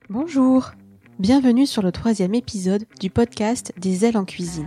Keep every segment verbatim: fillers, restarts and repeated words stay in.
Bonjour, bienvenue sur le troisième épisode du podcast Des ailes en cuisine.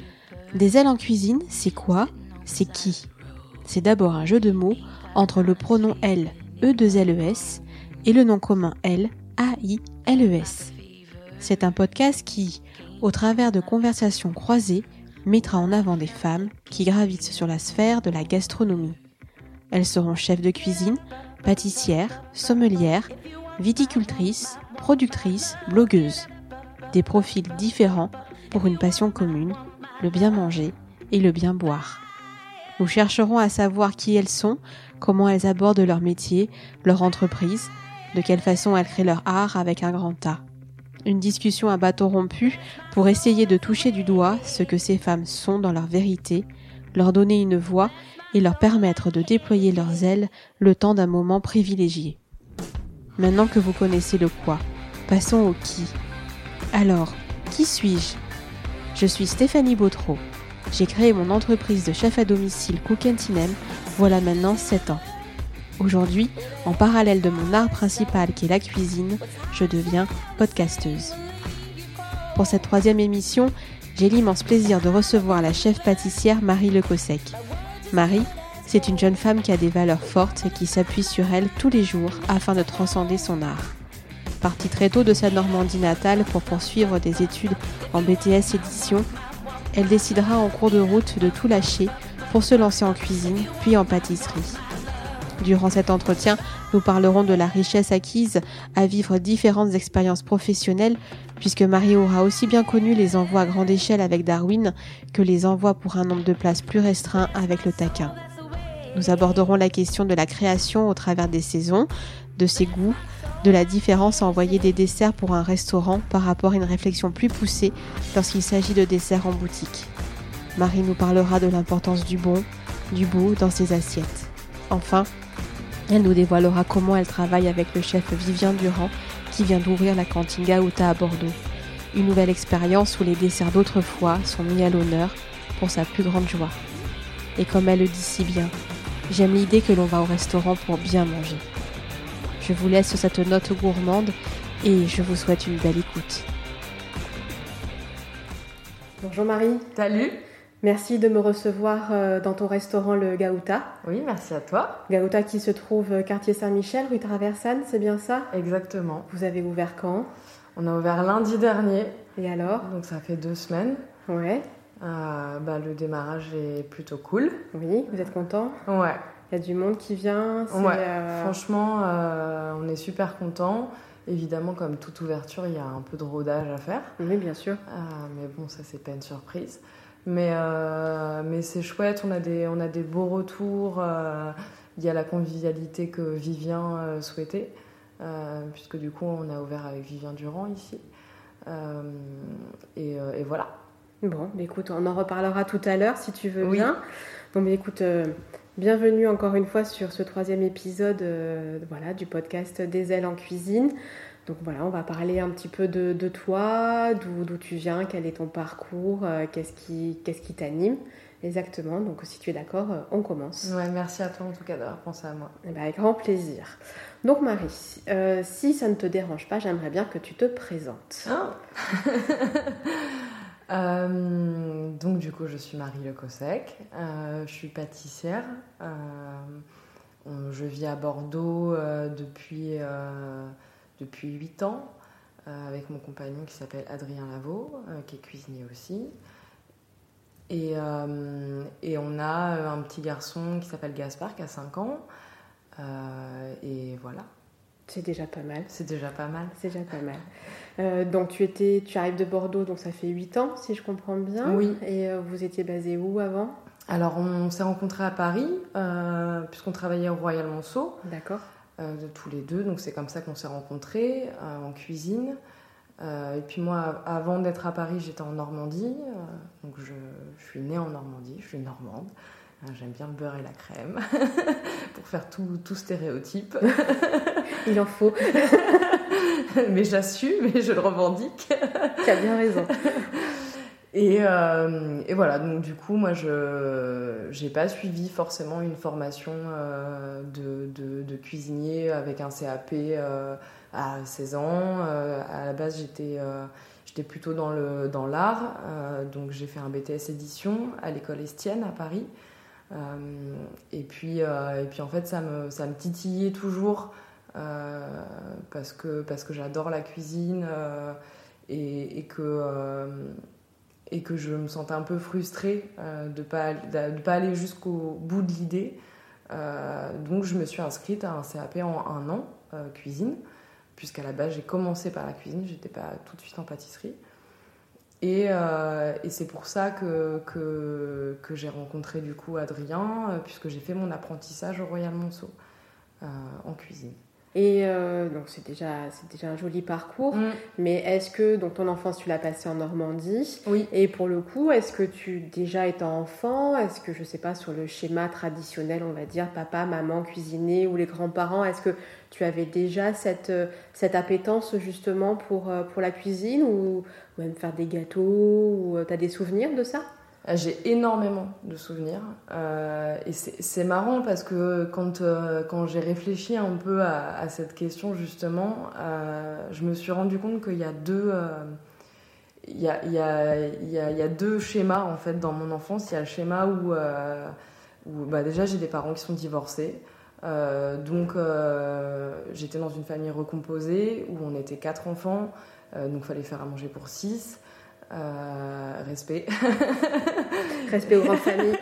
Des ailes en cuisine, c'est quoi ? C'est qui ? C'est d'abord un jeu de mots entre le pronom elle, E deux L E S, et le nom commun elle, A I L E S. C'est un podcast qui, au travers de conversations croisées, mettra en avant des femmes qui gravitent sur la sphère de la gastronomie. Elles seront chefs de cuisine, pâtissières, sommelières, viticultrices, productrices, blogueuses. Des profils différents pour une passion commune, le bien manger et le bien boire. Nous chercherons à savoir qui elles sont, comment elles abordent leur métier, leur entreprise, de quelle façon elles créent leur art avec un grand A. Une discussion à bâton rompu pour essayer de toucher du doigt ce que ces femmes sont dans leur vérité, leur donner une voix et leur permettre de déployer leurs ailes le temps d'un moment privilégié. Maintenant que vous connaissez le quoi, passons au qui. Alors, qui suis-je ? Je suis Stéphanie Bautreau. J'ai créé mon entreprise de chef à domicile Cook and Tinem voilà maintenant sept ans. Aujourd'hui, en parallèle de mon art principal qui est la cuisine, je deviens podcasteuse. Pour cette troisième émission, j'ai l'immense plaisir de recevoir la chef pâtissière Marie Lecossec. Marie, c'est une jeune femme qui a des valeurs fortes et qui s'appuie sur elle tous les jours afin de transcender son art. Partie très tôt de sa Normandie natale pour poursuivre des études en B T S édition, elle décidera en cours de route de tout lâcher pour se lancer en cuisine puis en pâtisserie. Durant cet entretien, nous parlerons de la richesse acquise à vivre différentes expériences professionnelles puisque Marie aura aussi bien connu les envois à grande échelle avec Darwin que les envois pour un nombre de places plus restreint avec le taquin. Nous aborderons la question de la création au travers des saisons, de ses goûts, de la différence à envoyer des desserts pour un restaurant par rapport à une réflexion plus poussée lorsqu'il s'agit de desserts en boutique. Marie nous parlera de l'importance du bon, du beau dans ses assiettes. Enfin, elle nous dévoilera comment elle travaille avec le chef Vivien Durand qui vient d'ouvrir la cantine Gaouta à Bordeaux. Une nouvelle expérience où les desserts d'autrefois sont mis à l'honneur pour sa plus grande joie. Et comme elle le dit si bien, j'aime l'idée que l'on va au restaurant pour bien manger. Je vous laisse sur cette note gourmande et je vous souhaite une belle écoute. Bonjour Marie. Salut. Merci de me recevoir dans ton restaurant le Gaouta. Oui, merci à toi. Gaouta qui se trouve quartier Saint-Michel, rue Traversane, c'est bien ça ? Exactement. Vous avez ouvert quand ? On a ouvert lundi dernier. Et alors ? Donc ça fait deux semaines. Ouais. Euh, bah, le démarrage est plutôt cool. Oui, vous êtes content ? Ouais. Il y a du monde qui vient. C'est ouais. Euh... Franchement, euh, on est super contents. Évidemment, comme toute ouverture, il y a un peu de rodage à faire. Oui, bien sûr. Euh, mais bon, ça, c'est pas une surprise. Mais, euh, mais c'est chouette, on a des, on a des beaux retours. Euh, il y a la convivialité que Vivien euh, souhaitait, euh, puisque du coup, on a ouvert avec Vivien Durand ici. Euh, et, euh, et voilà. Bon, bah écoute, on en reparlera tout à l'heure si tu veux oui. bien. Bon, mais écoute, euh, bienvenue encore une fois sur ce troisième épisode euh, voilà, du podcast Des ailes en cuisine. Donc voilà, on va parler un petit peu de, de toi, d'où, d'où tu viens, quel est ton parcours, euh, qu'est-ce qui, qu'est-ce qui t'anime exactement. Donc si tu es d'accord, euh, on commence. Ouais, merci à toi en tout cas d'avoir pensé à moi. Eh ben, avec grand plaisir. Donc Marie, euh, si ça ne te dérange pas, j'aimerais bien que tu te présentes. Oh. euh, donc du coup, je suis Marie Lecossec, euh, je suis pâtissière. Euh, on, je vis à Bordeaux euh, depuis... Euh, depuis huit ans, euh, avec mon compagnon qui s'appelle Adrien Lavaux, euh, qui est cuisinier aussi. Et, euh, et on a un petit garçon qui s'appelle Gaspard, qui a cinq ans. Euh, et voilà. C'est déjà pas mal. C'est déjà pas mal. C'est déjà pas mal. Euh, donc tu, étais, tu arrives de Bordeaux, donc ça fait huit ans, si je comprends bien. Oui. Et euh, vous étiez basé où avant ? Alors on s'est rencontrés à Paris, euh, puisqu'on travaillait au Royal Monceau. D'accord. Euh, de tous les deux, donc c'est comme ça qu'on s'est rencontrés euh, en cuisine. Euh, et puis moi, avant d'être à Paris, j'étais en Normandie, euh, donc je, je suis née en Normandie, je suis normande. Euh, j'aime bien le beurre et la crème pour faire tout, tout stéréotype. Il en faut. Mais j'assume et je le revendique. Tu as bien raison. Et, euh, et voilà, donc du coup, moi, je n'ai pas suivi forcément une formation euh, de, de, de cuisinier avec un C A P euh, à seize ans. Euh, à la base, j'étais euh, j'étais plutôt dans, le, dans l'art, euh, donc j'ai fait un B T S édition à l'école Estienne à Paris. Euh, et, puis, euh, et puis, en fait, ça me, ça me titillait toujours euh, parce que, parce que j'adore la cuisine euh, et, et que... Euh, et que je me sentais un peu frustrée euh, de ne pas, de pas aller jusqu'au bout de l'idée. Euh, donc je me suis inscrite à un C A P en un an, euh, cuisine, puisqu'à la base j'ai commencé par la cuisine, j'étais pas tout de suite en pâtisserie. Et, euh, et c'est pour ça que, que, que j'ai rencontré du coup Adrien, euh, puisque j'ai fait mon apprentissage au Royal Monceau euh, en cuisine. Et euh, donc c'est déjà, c'est déjà un joli parcours, mmh. mais est-ce que donc, ton enfance tu l'as passée en Normandie? Oui. Et pour le coup, est-ce que tu, déjà étant enfant, est-ce que je sais pas, sur le schéma traditionnel, on va dire, papa, maman, cuisinier ou les grands-parents, est-ce que tu avais déjà cette, cette appétence justement pour, pour la cuisine ou, ou même faire des gâteaux ou tu as des souvenirs de ça? J'ai énormément de souvenirs euh, et c'est, c'est marrant parce que quand, euh, quand j'ai réfléchi un peu à, à cette question justement, euh, je me suis rendu compte qu'il y a deux, euh, il y a, il y a, il y a, il y a deux schémas en fait dans mon enfance. Il y a le schéma où, euh, où bah, déjà j'ai des parents qui sont divorcés, euh, donc euh, j'étais dans une famille recomposée où on était quatre enfants, euh, donc il fallait faire à manger pour six. Euh, respect. Respect aux grandes familles.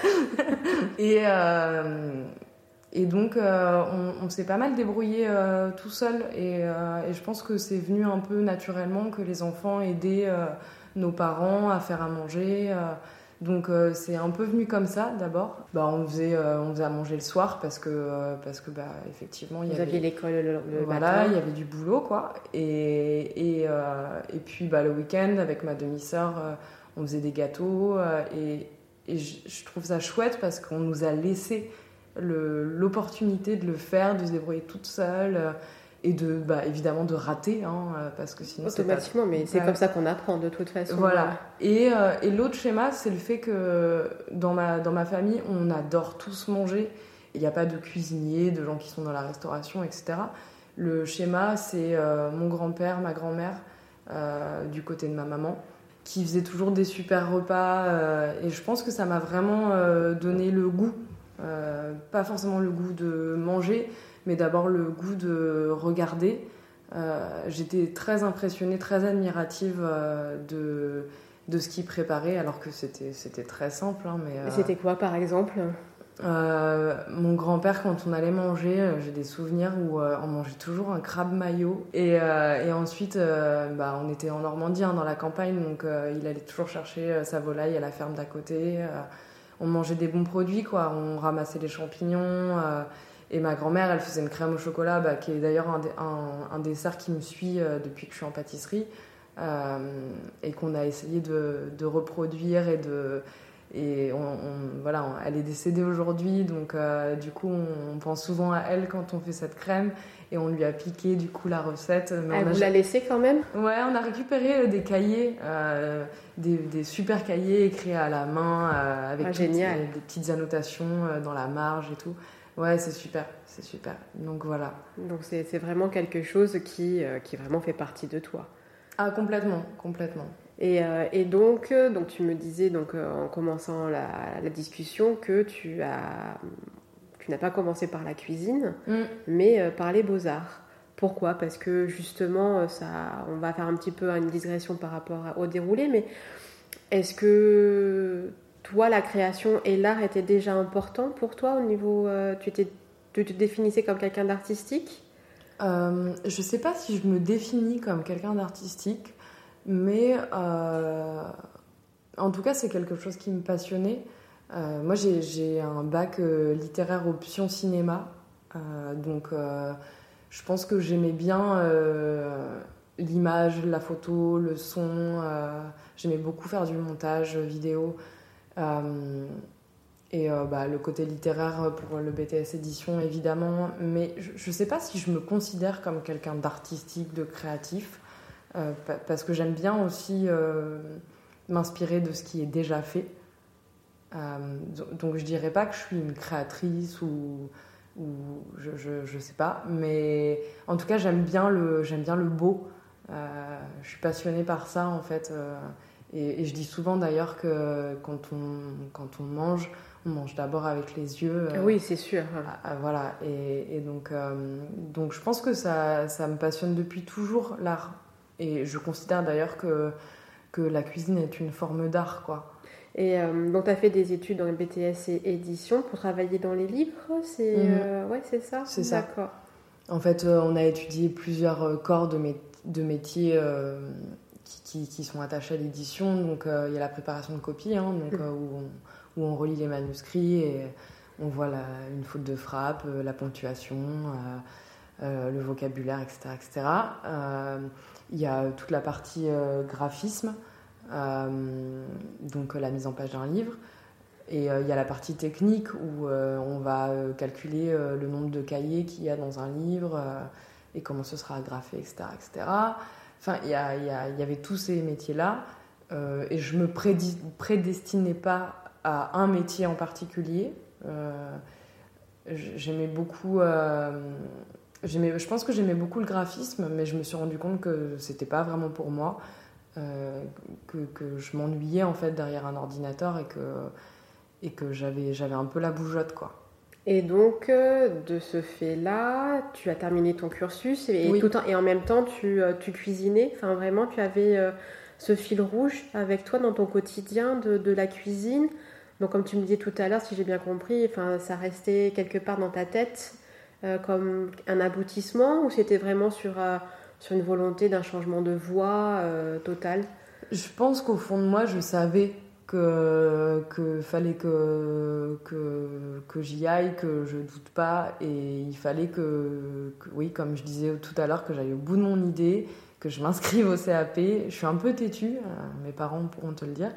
et, euh, et donc, euh, on, on s'est pas mal débrouillé euh, tout seul. Et, euh, et je pense que c'est venu un peu naturellement que les enfants aidaient euh, nos parents à faire à manger. Euh, donc, euh, c'est un peu venu comme ça d'abord. Bah, on, faisait, euh, on faisait à manger le soir parce que, euh, parce que bah, effectivement, il y Vous avait. aviez l'école le, le voilà, matin. il y avait du boulot, quoi. Et, et, euh, et puis, bah, le week-end, avec ma demi-sœur, euh, on faisait des gâteaux. Euh, et et je, je trouve ça chouette parce qu'on nous a laissé le, l'opportunité de le faire, de se débrouiller toute seule. Euh, et de, bah, évidemment de rater, hein, parce que sinon automatiquement, c'est pas... mais c'est ouais. comme ça qu'on apprend de toute façon. Voilà. Ouais. Et, euh, et l'autre schéma, c'est le fait que dans ma, dans ma famille, on adore tous manger. Il n'y a pas de cuisiniers, de gens qui sont dans la restauration, et cetera. Le schéma, c'est euh, mon grand-père, ma grand-mère, euh, du côté de ma maman, qui faisaient toujours des super repas. Euh, et je pense que ça m'a vraiment euh, donné le goût. Euh, pas forcément le goût de manger, mais d'abord le goût de regarder. Euh, j'étais très impressionnée, très admirative euh, de, de ce qu'ils préparaient, alors que c'était, c'était très simple. Hein, mais, euh, Et c'était quoi, par exemple ? euh, Mon grand-père, quand on allait manger, euh, j'ai des souvenirs où euh, on mangeait toujours un crabe mayo. Et, euh, et ensuite, euh, bah, on était en Normandie, hein, dans la campagne, donc euh, il allait toujours chercher euh, sa volaille à la ferme d'à côté. Euh, on mangeait des bons produits, quoi. On ramassait les champignons. Euh, Et ma grand-mère, elle faisait une crème au chocolat, bah, qui est d'ailleurs un, un, un dessert qui me suit euh, depuis que je suis en pâtisserie, euh, et qu'on a essayé de, de reproduire. Et, de, et on, on, voilà, on, elle est décédée aujourd'hui, donc euh, du coup, on, on pense souvent à elle quand on fait cette crème, et on lui a piqué du coup la recette. Mais elle on a vous l'a laissée quand même ? Ouais, on a récupéré des cahiers, euh, des, des super cahiers écrits à la main, euh, avec ah, toutes, génial. des, des petites annotations euh, dans la marge et tout. Ouais, c'est super, c'est super. Donc voilà. Donc c'est, c'est vraiment quelque chose qui, euh, qui vraiment fait partie de toi. Ah, complètement, complètement. Et, euh, et donc, donc, tu me disais donc, euh, en commençant la, la discussion que tu, as, tu n'as pas commencé par la cuisine, mm. mais euh, par les beaux-arts. Pourquoi ? Parce que justement, ça, on va faire un petit peu une digression par rapport au déroulé, mais est-ce que... toi, la création et l'art étaient déjà importants pour toi au niveau... Euh, tu, étais, tu te définissais comme quelqu'un d'artistique ? euh, Je ne sais pas si je me définis comme quelqu'un d'artistique, mais euh, en tout cas, c'est quelque chose qui me passionnait. Euh, moi, j'ai, j'ai un bac euh, littéraire option cinéma, euh, donc euh, je pense que j'aimais bien euh, l'image, la photo, le son. Euh, j'aimais beaucoup faire du montage vidéo. Euh, et euh, bah, le côté littéraire pour le B T S édition évidemment, mais je ne sais pas si je me considère comme quelqu'un d'artistique, de créatif, euh, pa- parce que j'aime bien aussi euh, m'inspirer de ce qui est déjà fait. Euh, donc je dirais pas que je suis une créatrice ou, ou je, je, je sais pas, mais en tout cas j'aime bien le, j'aime bien le beau. Euh, je suis passionnée par ça en fait. Euh, et, et je dis souvent d'ailleurs que quand on, quand on mange, on mange d'abord avec les yeux. Euh, oui, c'est sûr. Euh, voilà. Et, et donc, euh, donc je pense que ça, ça me passionne depuis toujours l'art. Et je considère d'ailleurs que, que la cuisine est une forme d'art, quoi. Et euh, donc, tu as fait des études dans le B T S et édition pour travailler dans les livres, c'est, mmh. euh, ouais, c'est ça. C'est D'accord. Ça. En fait, euh, on a étudié plusieurs corps de, mé- de métiers euh, qui, qui, qui sont attachés à l'édition. Donc, euh, il y a la préparation de copies, hein, donc, mmh. euh, où, on, où on relit les manuscrits et on voit la, une faute de frappe, euh, la ponctuation, euh, euh, le vocabulaire, et cetera, et cetera. Euh, il y a toute la partie euh, graphisme. Euh, donc la mise en page d'un livre, et euh, il y a la partie technique où euh, on va euh, calculer euh, le nombre de cahiers qu'il y a dans un livre euh, et comment ce sera agrafé, et cetera, et cetera. Enfin, il y, a, il y, a, il y avait tous ces métiers-là euh, et je me prédi- prédestinais pas à un métier en particulier. Euh, j'aimais beaucoup euh, j'aimais, je pense que j'aimais beaucoup le graphisme, mais je me suis rendu compte que c'était pas vraiment pour moi. Euh, que, que je m'ennuyais en fait derrière un ordinateur et que, et que j'avais, j'avais un peu la bougeotte, quoi. Et donc, euh, de ce fait-là, tu as terminé ton cursus et, oui. tout en, et en même temps, tu, euh, tu cuisinais. Enfin, vraiment, tu avais euh, ce fil rouge avec toi dans ton quotidien de, de la cuisine. Donc, comme tu me disais tout à l'heure, si j'ai bien compris, enfin, ça restait quelque part dans ta tête euh, comme un aboutissement, ou c'était vraiment sur... Euh, sur une volonté d'un changement de voie euh, total? Je pense qu'au fond de moi, je savais que, que fallait que, que, que j'y aille, que je doute pas, et il fallait que, que, oui, comme je disais tout à l'heure, que j'aille au bout de mon idée, que je m'inscrive au C A P. Je suis un peu têtue, euh, mes parents pourront te le dire.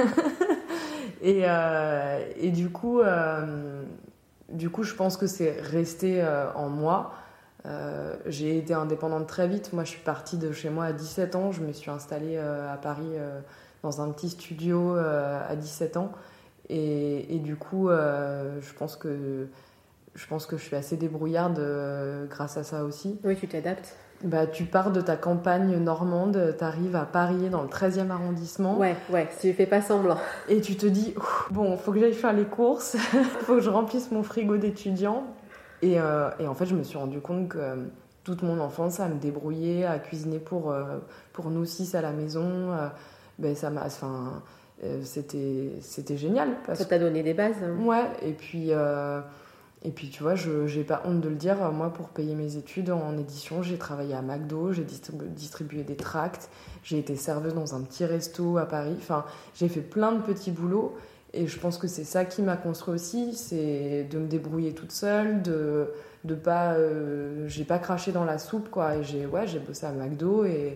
et, euh, et du coup, euh, du coup, je pense que c'est resté euh, en moi. Euh, j'ai été indépendante très vite. Moi, je suis partie de chez moi à dix-sept ans. Je me suis installée euh, à Paris euh, dans un petit studio euh, à dix-sept ans. Et, et du coup, euh, je pense que je pense que je suis assez débrouillarde euh, grâce à ça aussi. Oui, tu t'adaptes. Bah, tu pars de ta campagne normande, tu arrives à Paris dans le treizième arrondissement. Ouais, ouais, tu fais pas semblant. Et tu te dis, bon, faut que j'aille faire les courses, faut que je remplisse mon frigo d'étudiant. Et, euh, et en fait, je me suis rendu compte que euh, toute mon enfance, à me débrouiller, à cuisiner pour, euh, pour nous six à la maison, euh, ben, ça m'a, enfin, euh, c'était, c'était génial. Parce ça t'a donné des bases. Hein. Ouais, et puis, euh, et puis tu vois, je j'ai pas honte de le dire, moi, pour payer mes études en édition, j'ai travaillé à McDo, j'ai distribu- distribué des tracts, j'ai été serveuse dans un petit resto à Paris, enfin, j'ai fait plein de petits boulots. Et je pense que c'est ça qui m'a construit aussi, c'est de me débrouiller toute seule, de de pas, euh, j'ai pas craché dans la soupe, quoi. Et j'ai ouais, j'ai bossé à McDo et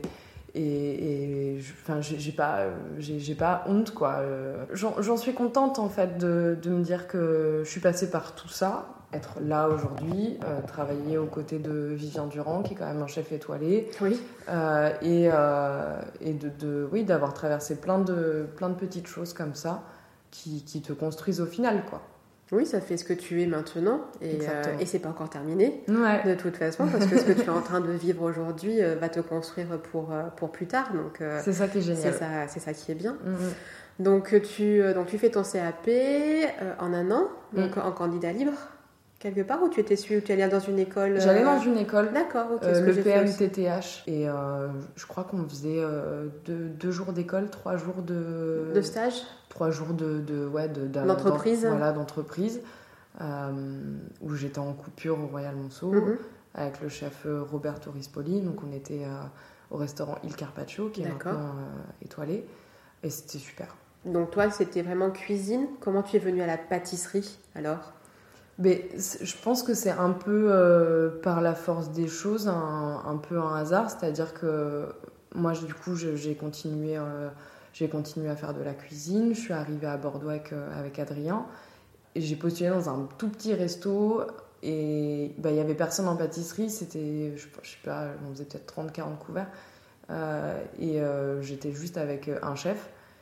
et, et enfin j'ai, j'ai pas j'ai, j'ai pas honte, quoi. J'en, j'en suis contente en fait de de me dire que je suis passée par tout ça, être là aujourd'hui, euh, travailler aux côtés de Vivien Durand qui est quand même un chef étoilé. Oui. Euh, et euh, et de, de oui d'avoir traversé plein de plein de petites choses comme ça. Qui, qui te construisent au final, quoi. Oui, ça fait ce que tu es maintenant, et, euh, et c'est pas encore terminé, ouais. De toute façon, parce que ce que tu es en train de vivre aujourd'hui euh, va te construire pour, euh, pour plus tard, donc euh, c'est ça qui est génial. C'est ça, c'est ça qui est bien. Mm-hmm. Donc tu, euh, donc tu fais ton C A P euh, en un an, donc mm. en candidat libre, quelque part, ou tu étais su, tu allais dans une école euh... J'allais dans une école. D'accord, ok. Euh, le P M T T H. Et euh, je crois qu'on faisait euh, deux, deux jours d'école, trois jours de... De stage. Trois jours de... de, ouais, de, de d'entreprise. Voilà, d'entreprise. Euh, où j'étais en coupure au Royal Monceau, mm-hmm. avec le chef Roberto Rispoli. Donc on était euh, au restaurant Il Carpaccio, qui est D'accord. maintenant euh, étoilé. Et c'était super. Donc toi, c'était vraiment cuisine. Comment tu es venue à la pâtisserie, alors ? Mais je pense que c'est un peu euh, par la force des choses, un, un peu un hasard. C'est-à-dire que moi, du coup, je, j'ai, continué, euh, j'ai continué à faire de la cuisine. Je suis arrivée à Bordeaux avec, euh, avec Adrien. Et j'ai postulé dans un tout petit resto. Et bah, il n'y avait personne en pâtisserie. C'était, je, je sais pas, on faisait peut-être trente à quarante couverts. Euh, et euh, j'étais juste avec un chef.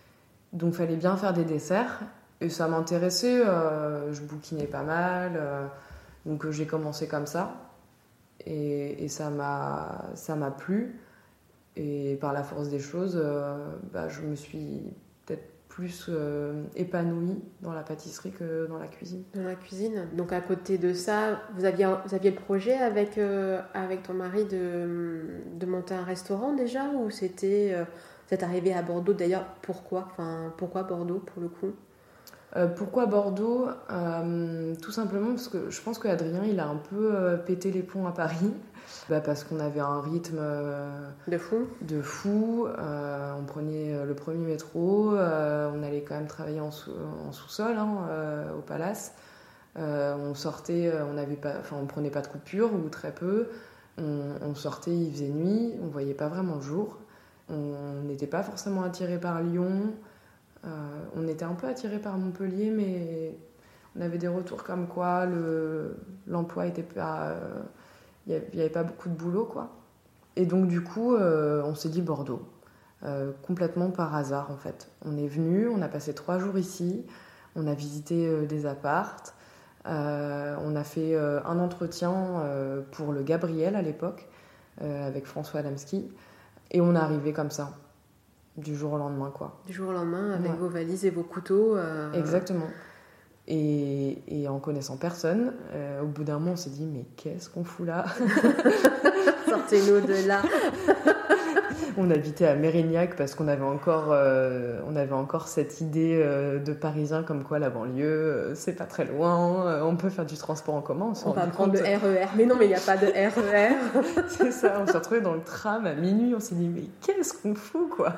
Donc, il fallait bien faire des desserts. Et ça m'intéressait. Euh, je bouquinais pas mal. Euh, donc, j'ai commencé comme ça. Et, et ça m'a, ça m'a plu. Et par la force des choses, euh, bah, je me suis peut-être plus euh, épanouie dans la pâtisserie que dans la cuisine. Dans la cuisine. Donc à côté de ça, vous aviez, vous aviez le projet avec, euh, avec ton mari de, de monter un restaurant déjà, ou c'était, euh, vous êtes arrivé à Bordeaux d'ailleurs, pourquoi enfin, pourquoi Bordeaux pour le coup? Euh, pourquoi Bordeaux? euh, Tout simplement parce que je pense qu'Adrien, il a un peu euh, pété les plombs à Paris. Bah parce qu'on avait un rythme euh, de fou. De fou. Euh, on prenait le premier métro, euh, on allait quand même travailler en, sous, en sous-sol hein, euh, au Palace. Euh, on sortait, on avait pas, enfin on prenait pas de coupure ou très peu. On, on sortait, il faisait nuit, on voyait pas vraiment le jour. On n'était pas forcément attiré par Lyon. Euh, on était un peu attiré par Montpellier, mais on avait des retours comme quoi le, l'emploi était pas, il euh, n'y avait pas beaucoup de boulot quoi. Et donc du coup, euh, on s'est dit Bordeaux, euh, complètement par hasard en fait. On est venu, on a passé trois jours ici, on a visité euh, des appartes, euh, on a fait euh, un entretien euh, pour le Gabriel à l'époque, euh, avec François Adamski, et on est arrivé comme ça. Du jour au lendemain, quoi. Du jour au lendemain, avec ouais. vos valises et vos couteaux. Euh... Exactement. Et, et en connaissant personne, euh, au bout d'un moment, on s'est dit, mais qu'est-ce qu'on fout là? Sortez-nous de là. On habitait à Mérignac parce qu'on avait encore, euh, on avait encore cette idée euh, de Parisien comme quoi la banlieue, euh, c'est pas très loin, euh, on peut faire du transport en commun. On, on va prendre compte... le R E R. Mais non, mais il n'y a pas de R E R. C'est ça, on s'est retrouvés dans le tram à minuit, on s'est dit, mais qu'est-ce qu'on fout, quoi?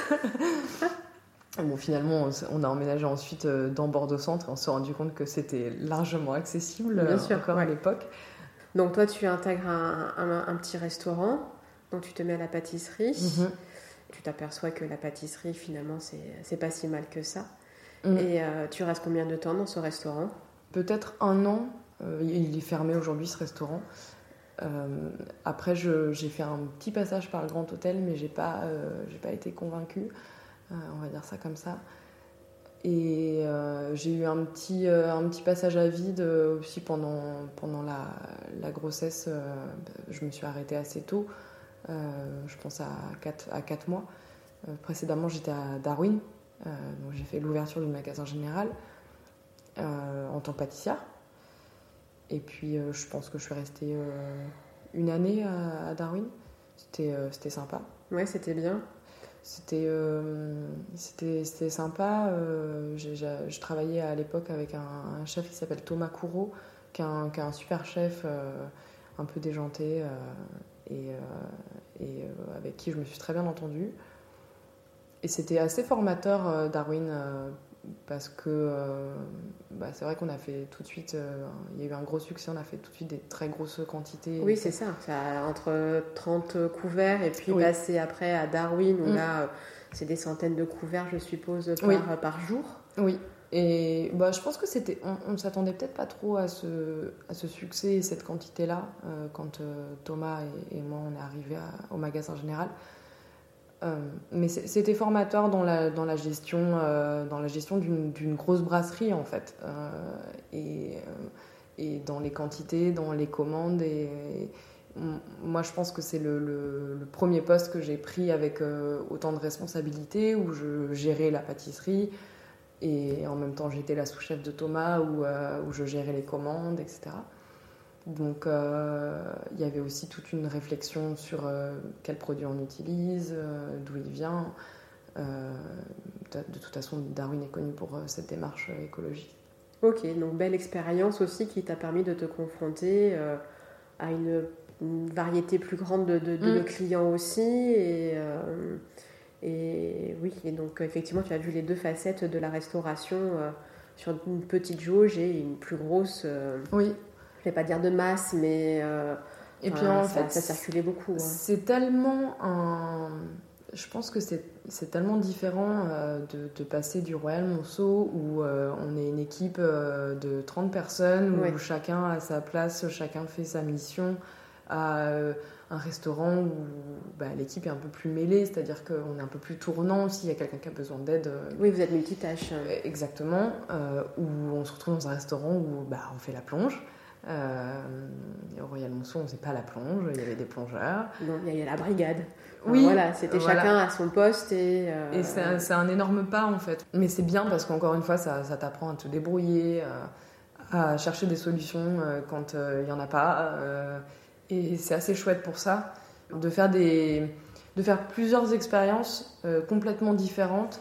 Bon, finalement, on a emménagé ensuite dans Bordeaux-Centre et on s'est rendu compte que c'était largement accessible. Bien sûr, encore ouais. à l'époque. Donc toi, tu intègres un, un, un petit restaurant, donc tu te mets à la pâtisserie. Mm-hmm. Tu t'aperçois que la pâtisserie, finalement, c'est, c'est pas si mal que ça. Mm. Et euh, tu restes combien de temps dans ce restaurant? Peut-être un an. Euh, il est fermé aujourd'hui, ce restaurant. Euh, après, je, j'ai fait un petit passage par le Grand Hôtel, mais j'ai pas, euh, j'ai pas été convaincue. Euh, on va dire ça comme ça. Et euh, j'ai eu un petit, euh, un petit passage à vide euh, aussi pendant, pendant la, la grossesse. Euh, je me suis arrêtée assez tôt, euh, je pense à quatre mois. Euh, précédemment, j'étais à Darwin, euh, donc j'ai fait l'ouverture du magasin général euh, en tant que pâtissière. Et puis, euh, je pense que je suis restée euh, une année à, à Darwin. C'était, euh, c'était sympa. Ouais, c'était bien. C'était, euh, c'était, c'était sympa. Euh, j'ai, j'ai, je travaillais à l'époque avec un, un chef qui s'appelle Thomas Courreau, qui est un, qui est un super chef, euh, un peu déjanté, euh, et, euh, et euh, avec qui je me suis très bien entendue. Et c'était assez formateur, euh, Darwin, euh, parce que euh, bah, c'est vrai qu'on a fait tout de suite, euh, il y a eu un gros succès, on a fait tout de suite des très grosses quantités. Oui, c'est ça, ça entre trente couverts et puis oui. passer après à Darwin, où mmh. là, c'est des centaines de couverts, je suppose, par, oui. par jour. Oui, et bah, je pense que c'était, on ne s'attendait peut-être pas trop à ce, à ce succès et cette quantité-là, euh, quand euh, Thomas et, et moi, on est arrivés à, au magasin général. Euh, mais c'était formateur dans la, dans la gestion, euh, dans la gestion d'une, d'une grosse brasserie en fait, euh, et, euh, et dans les quantités, dans les commandes. Et, et moi, je pense que c'est le, le, le premier poste que j'ai pris avec euh, autant de responsabilités, où je gérais la pâtisserie et en même temps j'étais la sous-chef de Thomas, où, euh, où je gérais les commandes, et cetera. Donc il euh, y avait aussi toute une réflexion sur euh, quels produits on utilise, euh, d'où il vient. Euh, de, de toute façon, Darwin est connu pour euh, cette démarche euh, écologique. Ok, donc belle expérience aussi qui t'a permis de te confronter euh, à une, une variété plus grande de, de, de mmh. clients aussi. Et, euh, et oui, et donc effectivement, tu as vu les deux facettes de la restauration euh, sur une petite jauge et une plus grosse. Euh, oui. Je ne vais pas dire de masse, mais euh, et puis en ça, fait, ça circulait beaucoup. Hein. C'est tellement un... Je pense que c'est, c'est tellement différent euh, de, de passer du Royal Monceau, où euh, on est une équipe euh, de trente personnes, où ouais. chacun a sa place, chacun fait sa mission, à euh, un restaurant où bah, l'équipe est un peu plus mêlée, c'est-à-dire qu'on est un peu plus tournant s'il y a quelqu'un qui a besoin d'aide. Euh, oui, vous êtes multitâche. Exactement, euh, où on se retrouve dans un restaurant où bah, on fait la plonge. Euh, au Royal Monceau, on ne faisait pas la plonge, il y avait des plongeurs. Non, il y a la brigade. Oui, enfin, voilà, c'était voilà. Chacun à son poste. Et, euh... et c'est, un, c'est un énorme pas en fait. Mais c'est bien parce qu'encore une fois, ça, ça t'apprend à te débrouiller, à, à chercher des solutions euh, quand il euh, n'y en a pas. Euh, et c'est assez chouette pour ça, de faire, des, de faire plusieurs expériences euh, complètement différentes.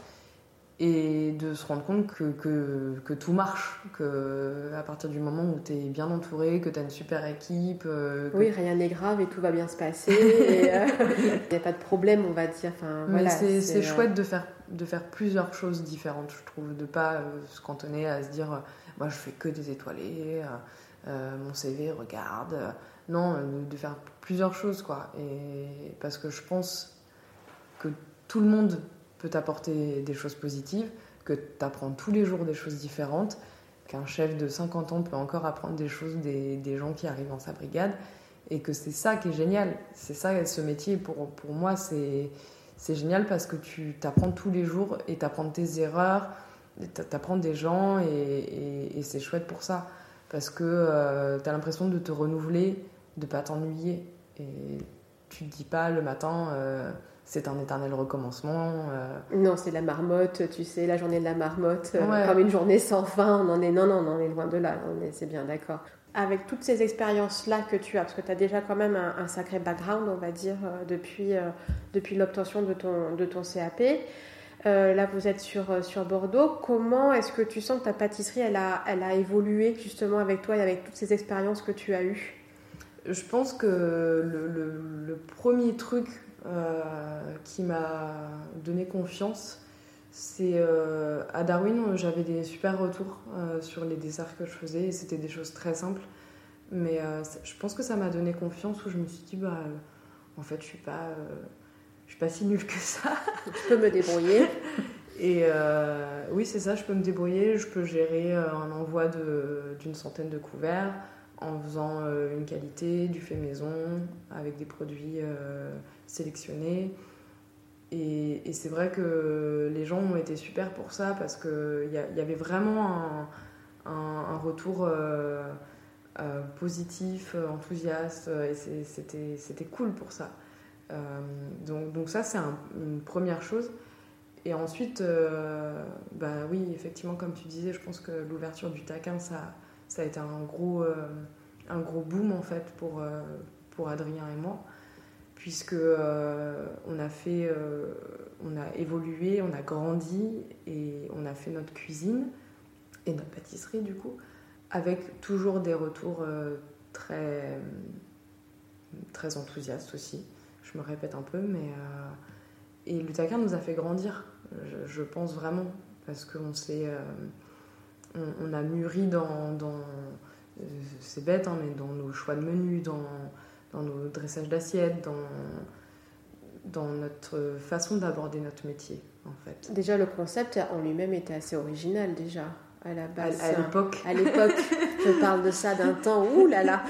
Et de se rendre compte que, que, que tout marche, qu'à partir du moment où tu es bien entouré, que tu as une super équipe. Euh, que... Oui, rien n'est grave et tout va bien se passer. Il euh, n'y a pas de problème, on va dire. Enfin, Mais voilà, c'est, c'est, c'est euh... chouette de faire, de faire plusieurs choses différentes, je trouve. De ne pas euh, se cantonner à se dire euh, moi je fais que des étoilés, euh, euh, mon C V, regarde. Euh, non, euh, de faire plusieurs choses, quoi. Et parce que je pense que tout le monde peut t'apporter des choses positives, que tu apprends tous les jours des choses différentes, qu'un chef de cinquante ans peut encore apprendre des choses des, des gens qui arrivent dans sa brigade, et que c'est ça qui est génial. C'est ça, ce métier, pour, pour moi, c'est, c'est génial parce que tu t'apprends tous les jours et t'apprends tes erreurs, t'apprends des gens, et, et, et c'est chouette pour ça. Parce que euh, t'as l'impression de te renouveler, de pas t'ennuyer. Et tu te dis pas le matin... Euh, c'est un éternel recommencement. Euh... Non, c'est la marmotte, tu sais, la journée de la marmotte, euh, ouais. Comme une journée sans fin. On en est, non, non, on en est loin de là, on est, c'est bien d'accord. Avec toutes ces expériences-là que tu as, parce que tu as déjà quand même un, un sacré background, on va dire, euh, depuis, euh, depuis l'obtention de ton, de ton C A P. Euh, là, vous êtes sur, sur Bordeaux. Comment est-ce que tu sens que ta pâtisserie, elle a, elle a évolué justement avec toi et avec toutes ces expériences que tu as eues ? Je pense que le, le, le premier truc Euh, qui m'a donné confiance, c'est euh, à Darwin, j'avais des super retours euh, sur les desserts que je faisais et c'était des choses très simples, mais euh, je pense que ça m'a donné confiance, où je me suis dit bah euh, en fait je suis pas euh, je suis pas si nulle que ça. Je peux me débrouiller. Et euh, oui, c'est ça, je peux me débrouiller, je peux gérer un envoi de, d'une centaine de couverts en faisant euh, une qualité, du fait maison, avec des produits euh, sélectionnés. Et, et c'est vrai que les gens ont été super pour ça, parce qu'il y, y avait vraiment un, un, un retour euh, euh, positif, enthousiaste, et c'est, c'était, c'était cool pour ça. Euh, donc, donc ça, c'est un, une première chose. Et ensuite, euh, bah oui, effectivement, comme tu disais, je pense que l'ouverture du Taquin, ça... Ça a été un gros, euh, un gros boom en fait pour, euh, pour Adrien et moi, puisque euh, on a fait, euh, on a évolué, on a grandi et on a fait notre cuisine et notre pâtisserie du coup, avec toujours des retours euh, très, très enthousiastes aussi. Je me répète un peu, mais euh, et le Taquin nous a fait grandir, je, je pense vraiment, parce qu'on s'est euh, On, on a mûri dans, dans euh, c'est bête, hein, mais dans nos choix de menus, dans, dans nos dressages d'assiettes, dans, dans notre façon d'aborder notre métier, en fait. Déjà, le concept en lui-même était assez original, déjà, à la base. À, à l'époque. À l'époque. Je parle de ça d'un temps, ouh là là.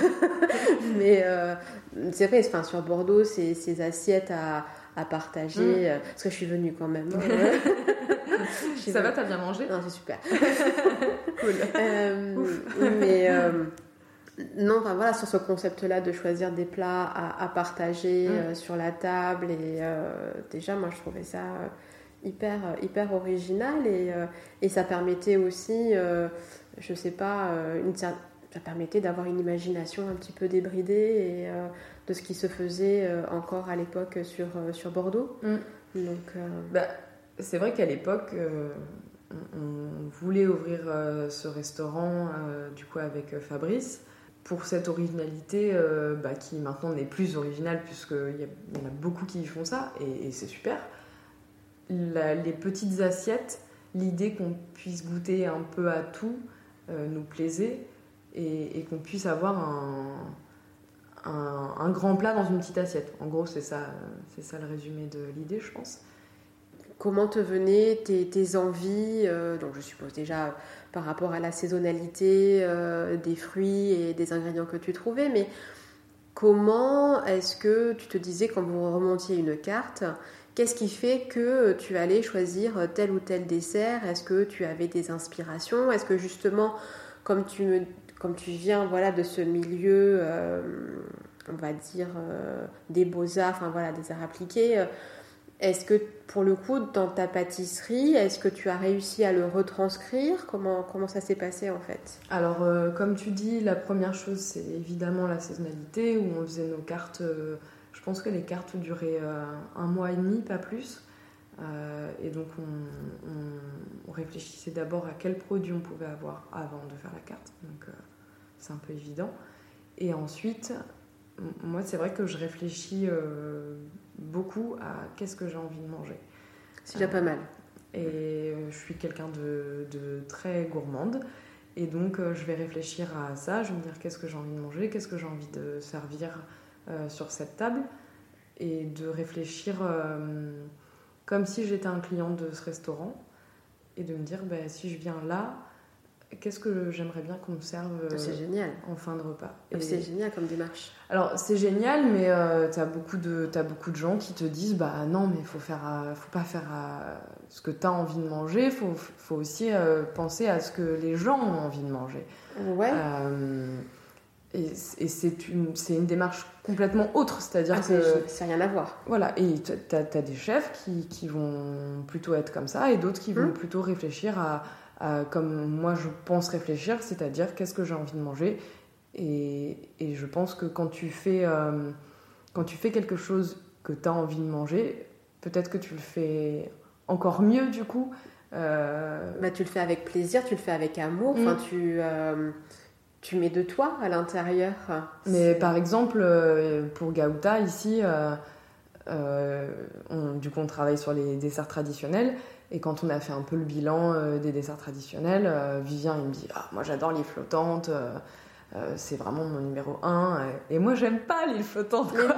Mais euh, c'est vrai, enfin, sur Bordeaux, ces, ces assiettes à, à partager, mmh. euh, parce que je suis venue quand même. Hein, ça va, t'as bien mangé ? Non, c'est super. Cool. Euh, mais euh, non, enfin voilà, sur ce concept-là de choisir des plats à, à partager mmh. euh, sur la table, et euh, déjà, moi, je trouvais ça euh, hyper, hyper original, et, euh, et ça permettait aussi, euh, je sais pas, euh, une, ça permettait d'avoir une imagination un petit peu débridée, et euh, de ce qui se faisait euh, encore à l'époque sur, euh, sur Bordeaux. Mmh. Donc, euh... bah, c'est vrai qu'à l'époque, euh, on, on voulait ouvrir euh, ce restaurant euh, du coup avec Fabrice, pour cette originalité euh, bah, qui maintenant n'est plus originale, puisqu'il y, y en a beaucoup qui font ça, et, et c'est super. La, les petites assiettes, l'idée qu'on puisse goûter un peu à tout euh, nous plaisait, et, et qu'on puisse avoir un, un, un grand plat dans une petite assiette. En gros, c'est ça, c'est ça le résumé de l'idée, je pense. Comment te venaient tes, tes envies, euh, donc je suppose déjà par rapport à la saisonnalité euh, des fruits et des ingrédients que tu trouvais, mais comment est-ce que tu te disais quand vous remontiez une carte, qu'est-ce qui fait que tu allais choisir tel ou tel dessert? Est-ce que tu avais des inspirations? Est-ce que justement, comme tu, me, comme tu viens voilà, de ce milieu, euh, on va dire, euh, des beaux-arts, enfin voilà, des arts appliqués, euh, est-ce que pour le coup, dans ta pâtisserie, est-ce que tu as réussi à le retranscrire? Comment, comment ça s'est passé en fait? Alors, euh, comme tu dis, la première chose, c'est évidemment la saisonnalité, où on faisait nos cartes. Euh, je pense que les cartes duraient euh, un mois et demi, pas plus. Euh, et donc, on, on, on réfléchissait d'abord à quel produit on pouvait avoir avant de faire la carte. Donc, euh, c'est un peu évident. Et ensuite, moi, c'est vrai que je réfléchis euh, beaucoup à qu'est-ce que j'ai envie de manger. C'est déjà euh, pas mal. Et je suis quelqu'un de, de très gourmande. Et donc, euh, je vais réfléchir à ça. Je vais me dire qu'est-ce que j'ai envie de manger, qu'est-ce que j'ai envie de servir euh, sur cette table. Et de réfléchir euh, comme si j'étais un client de ce restaurant. Et de me dire, bah, si je viens là, qu'est-ce que j'aimerais bien qu'on me serve euh, c'est génial. En fin de repas. Et c'est génial comme démarche. Alors, c'est génial, mais euh, t'as beaucoup de, t'as beaucoup de gens qui te disent bah non, mais il faut, faire, euh, faut pas faire euh, ce que t'as envie de manger, il faut, faut aussi euh, penser à ce que les gens ont envie de manger. Ouais. Euh, et, et c'est, une, c'est une démarche complètement autre, c'est-à-dire ah, que. C'est, c'est rien à voir. Voilà, et t'as, t'as des chefs qui, qui vont plutôt être comme ça, et d'autres qui vont mmh. plutôt réfléchir à. Euh, comme moi je pense réfléchir, c'est-à-dire qu'est-ce que j'ai envie de manger. Et, et je pense que quand tu fais, euh, quand tu fais quelque chose que tu as envie de manger, peut-être que tu le fais encore mieux du coup. Euh... Bah, tu le fais avec plaisir, tu le fais avec amour, mmh. tu, euh, tu mets de toi à l'intérieur. Mais c'est... par exemple, euh, pour Gaouta, ici, euh, euh, on, du coup on travaille sur les desserts traditionnels. Et quand on a fait un peu le bilan euh, des desserts traditionnels, euh, Vivien il me dit ah, moi j'adore l'île flottante, euh, euh, c'est vraiment mon numéro un. Et moi j'aime pas l'île flottante. Quoi.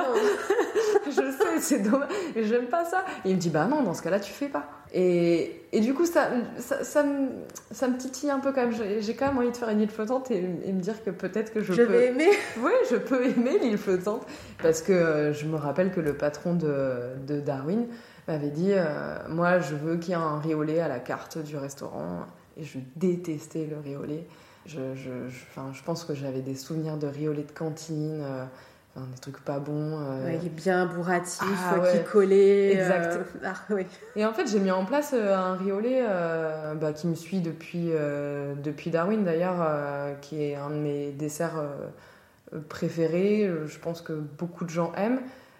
Je sais, c'est dommage, mais j'aime pas ça. Et il me dit bah non, dans ce cas-là tu fais pas. Et, et du coup ça, ça, ça, me, ça me titille un peu quand même. J'ai, j'ai quand même envie de faire une île flottante et, et me dire que peut-être que je, je peux. Je vais aimer. Oui, je peux aimer l'île flottante parce que euh, je me rappelle que le patron de, de Darwin m'avait dit euh, moi je veux qu'il y ait un riz au lait à la carte du restaurant, et je détestais le riz au lait. Je, je, je, enfin, je pense que j'avais des souvenirs de riz au lait de cantine, euh, enfin, des trucs pas bons. Euh... Ouais, il est bien bourratif, ah, ouais. qui collait. Exact. Euh... Ah, oui. Et en fait j'ai mis en place euh, un riz au lait euh, bah, qui me suit depuis, euh, depuis Darwin d'ailleurs, euh, qui est un de mes desserts euh, préférés. Je pense que beaucoup de gens aiment.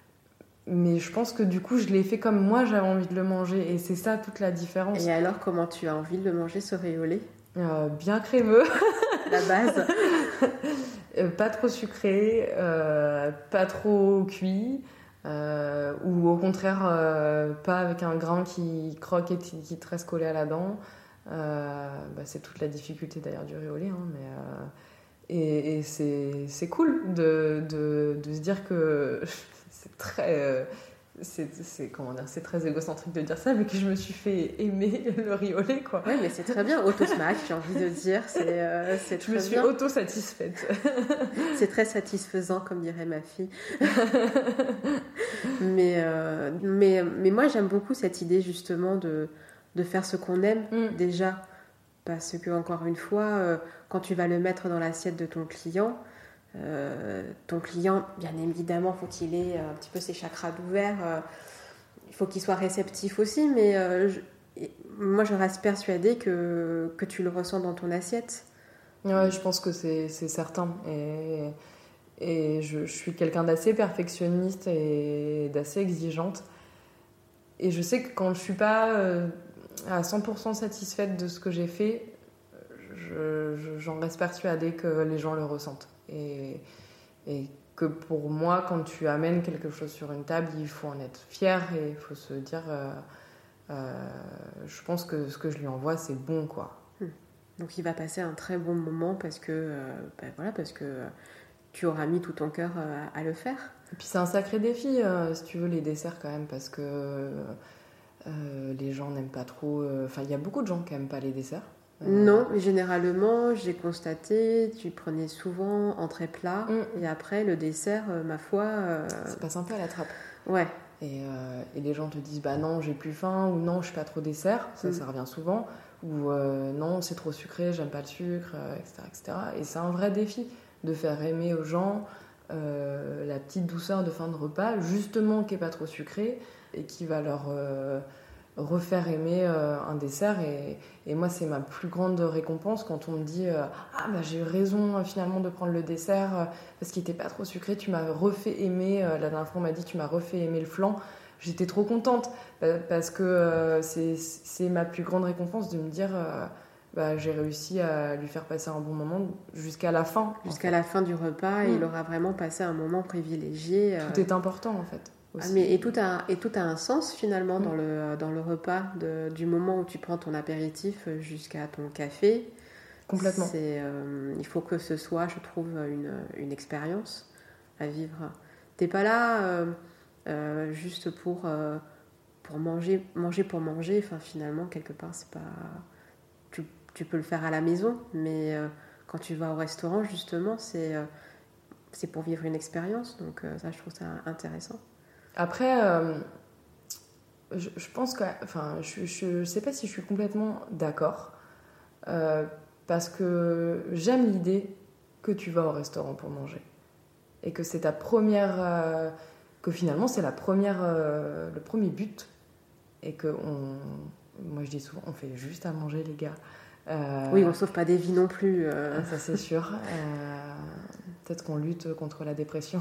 Mais je pense que du coup, je l'ai fait comme moi, j'avais envie de le manger. Et c'est ça toute la différence. Et alors, comment tu as envie de le manger, ce riz au lait ? euh, Bien crémeux. La base. euh, pas trop sucré, euh, pas trop cuit. Euh, ou au contraire, euh, pas avec un grain qui croque et qui, qui te reste collé à la dent. Euh, bah, c'est toute la difficulté d'ailleurs du riz au lait. Hein, mais, euh, et, et c'est, c'est cool de, de, de se dire que... C'est très, euh, c'est, c'est, comment dire, c'est très égocentrique de dire ça, mais que je me suis fait aimer le riz au lait, quoi. Oui, mais c'est très bien, auto-smack, j'ai envie de dire. C'est, euh, c'est je me suis bien. auto-satisfaite. C'est très satisfaisant, comme dirait ma fille. mais, euh, mais, mais moi, j'aime beaucoup cette idée, justement, de, de faire ce qu'on aime, mm. déjà. Parce que, encore une fois, euh, quand tu vas le mettre dans l'assiette de ton client... Euh, ton client, bien évidemment, faut qu'il ait un petit peu ses chakras ouverts, euh, il faut qu'il soit réceptif aussi, mais euh, je, moi je reste persuadée que, que tu le ressens dans ton assiette. Ouais, je pense que c'est, c'est certain. Et, et je, je suis quelqu'un d'assez perfectionniste et d'assez exigeante. Et je sais que quand je suis pas euh, à cent pour cent satisfaite de ce que j'ai fait, je, je, j'en reste persuadée que les gens le ressentent. Et, et que pour moi, quand tu amènes quelque chose sur une table, il faut en être fier et il faut se dire euh, euh, je pense que ce que je lui envoie, c'est bon, quoi. Donc il va passer un très bon moment parce que, euh, ben voilà, parce que tu auras mis tout ton cœur à, à le faire. Et puis c'est un sacré défi, euh, si tu veux, les desserts quand même, parce que euh, les gens n'aiment pas trop... Enfin, euh, il y a beaucoup de gens qui n'aiment pas les desserts. euh... Non, mais généralement, j'ai constaté, tu prenais souvent entrée plat, mm. et après, le dessert, euh, ma foi... Euh... C'est pas sympa à la trappe. Ouais. Et, euh, et les gens te disent, bah non, j'ai plus faim, ou non, je suis pas trop dessert, ça, mm. ça revient souvent, ou euh, non, c'est trop sucré, j'aime pas le sucre, euh, et cetera, et cetera. Et c'est un vrai défi de faire aimer aux gens euh, la petite douceur de fin de repas, justement qui est pas trop sucrée, et qui va leur euh, refaire aimer euh, un dessert. Et, et moi, c'est ma plus grande récompense quand on me dit euh, ah bah j'ai eu raison euh, finalement de prendre le dessert euh, parce qu'il était pas trop sucré, tu m'as refait aimer, euh, la dernière fois on m'a dit tu m'as refait aimer le flan. J'étais trop contente parce que euh, c'est, c'est ma plus grande récompense de me dire euh, bah, j'ai réussi à lui faire passer un bon moment jusqu'à la fin. Jusqu'à la fin du repas, mmh. il aura vraiment passé un moment privilégié. Tout euh... est important en fait. Ah, mais, et, tout a, et tout a un sens finalement mmh. dans, le, dans le repas, de, du moment où tu prends ton apéritif jusqu'à ton café. Complètement. C'est, euh, il faut que ce soit, je trouve, une, une expérience à vivre. T'es pas là euh, euh, juste pour, euh, pour manger, manger pour manger. Enfin, finalement, quelque part, c'est pas... Tu, tu peux le faire à la maison, mais euh, quand tu vas au restaurant, justement, c'est, euh, c'est pour vivre une expérience. Donc euh, ça, je trouve ça intéressant. Après, euh, je, je pense que... Enfin, je ne sais pas si je suis complètement d'accord. Euh, parce que j'aime l'idée que tu vas au restaurant pour manger. Et que c'est ta première... Euh, que finalement, c'est la première, euh, le premier but. Et que on... Moi, je dis souvent, on fait juste à manger, les gars. Euh, oui, on ne sauve pas des vies non plus. Euh... Ça, c'est sûr. Euh, peut-être qu'on lutte contre la dépression.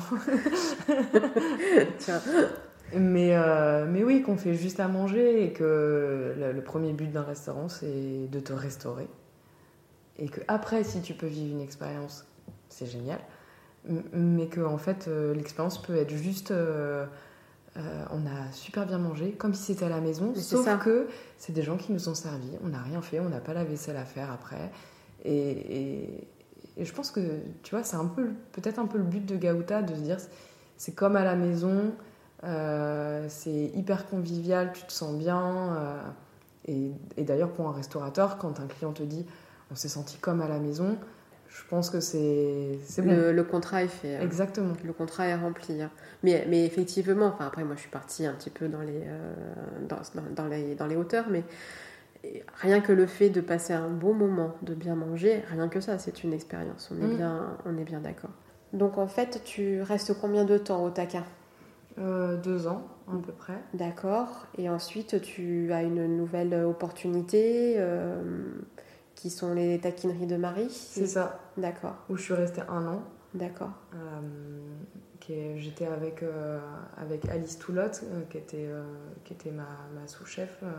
Tiens. Mais, euh, mais oui, qu'on fait juste à manger et que le, le premier but d'un restaurant, c'est de te restaurer. Et qu'après, si tu peux vivre une expérience, c'est génial. Mais que, en fait, euh, l'expérience peut être juste... Euh, Euh, on a super bien mangé, comme si c'était à la maison, mais sauf que c'est des gens qui nous ont servi, on n'a rien fait, on n'a pas la vaisselle à faire après. Et, et, et je pense que, tu vois, c'est un peu, peut-être un peu le but de Gaouta, de se dire, c'est comme à la maison, euh, c'est hyper convivial, tu te sens bien. Euh, et, et d'ailleurs, pour un restaurateur, quand un client te dit, on s'est senti comme à la maison, je pense que c'est, c'est bon. Le, le contrat est fait. Exactement. Le contrat est rempli. Hein. Mais, mais effectivement, enfin après moi je suis partie un petit peu dans les, euh, dans, dans, dans, les, dans les hauteurs, mais rien que le fait de passer un bon moment, de bien manger, rien que ça, c'est une expérience. On est, mmh. bien, on est bien d'accord. Donc en fait, tu restes combien de temps au Taka ? euh, Deux ans, à peu près. D'accord. Et ensuite, tu as une nouvelle opportunité euh, qui sont les taquineries de Marie. C'est ça. D'accord. Où je suis restée un an. D'accord. Euh, qui est, j'étais avec, euh, avec Alice Toulotte, euh, qui était, euh, qui était ma, ma sous-chef. Euh,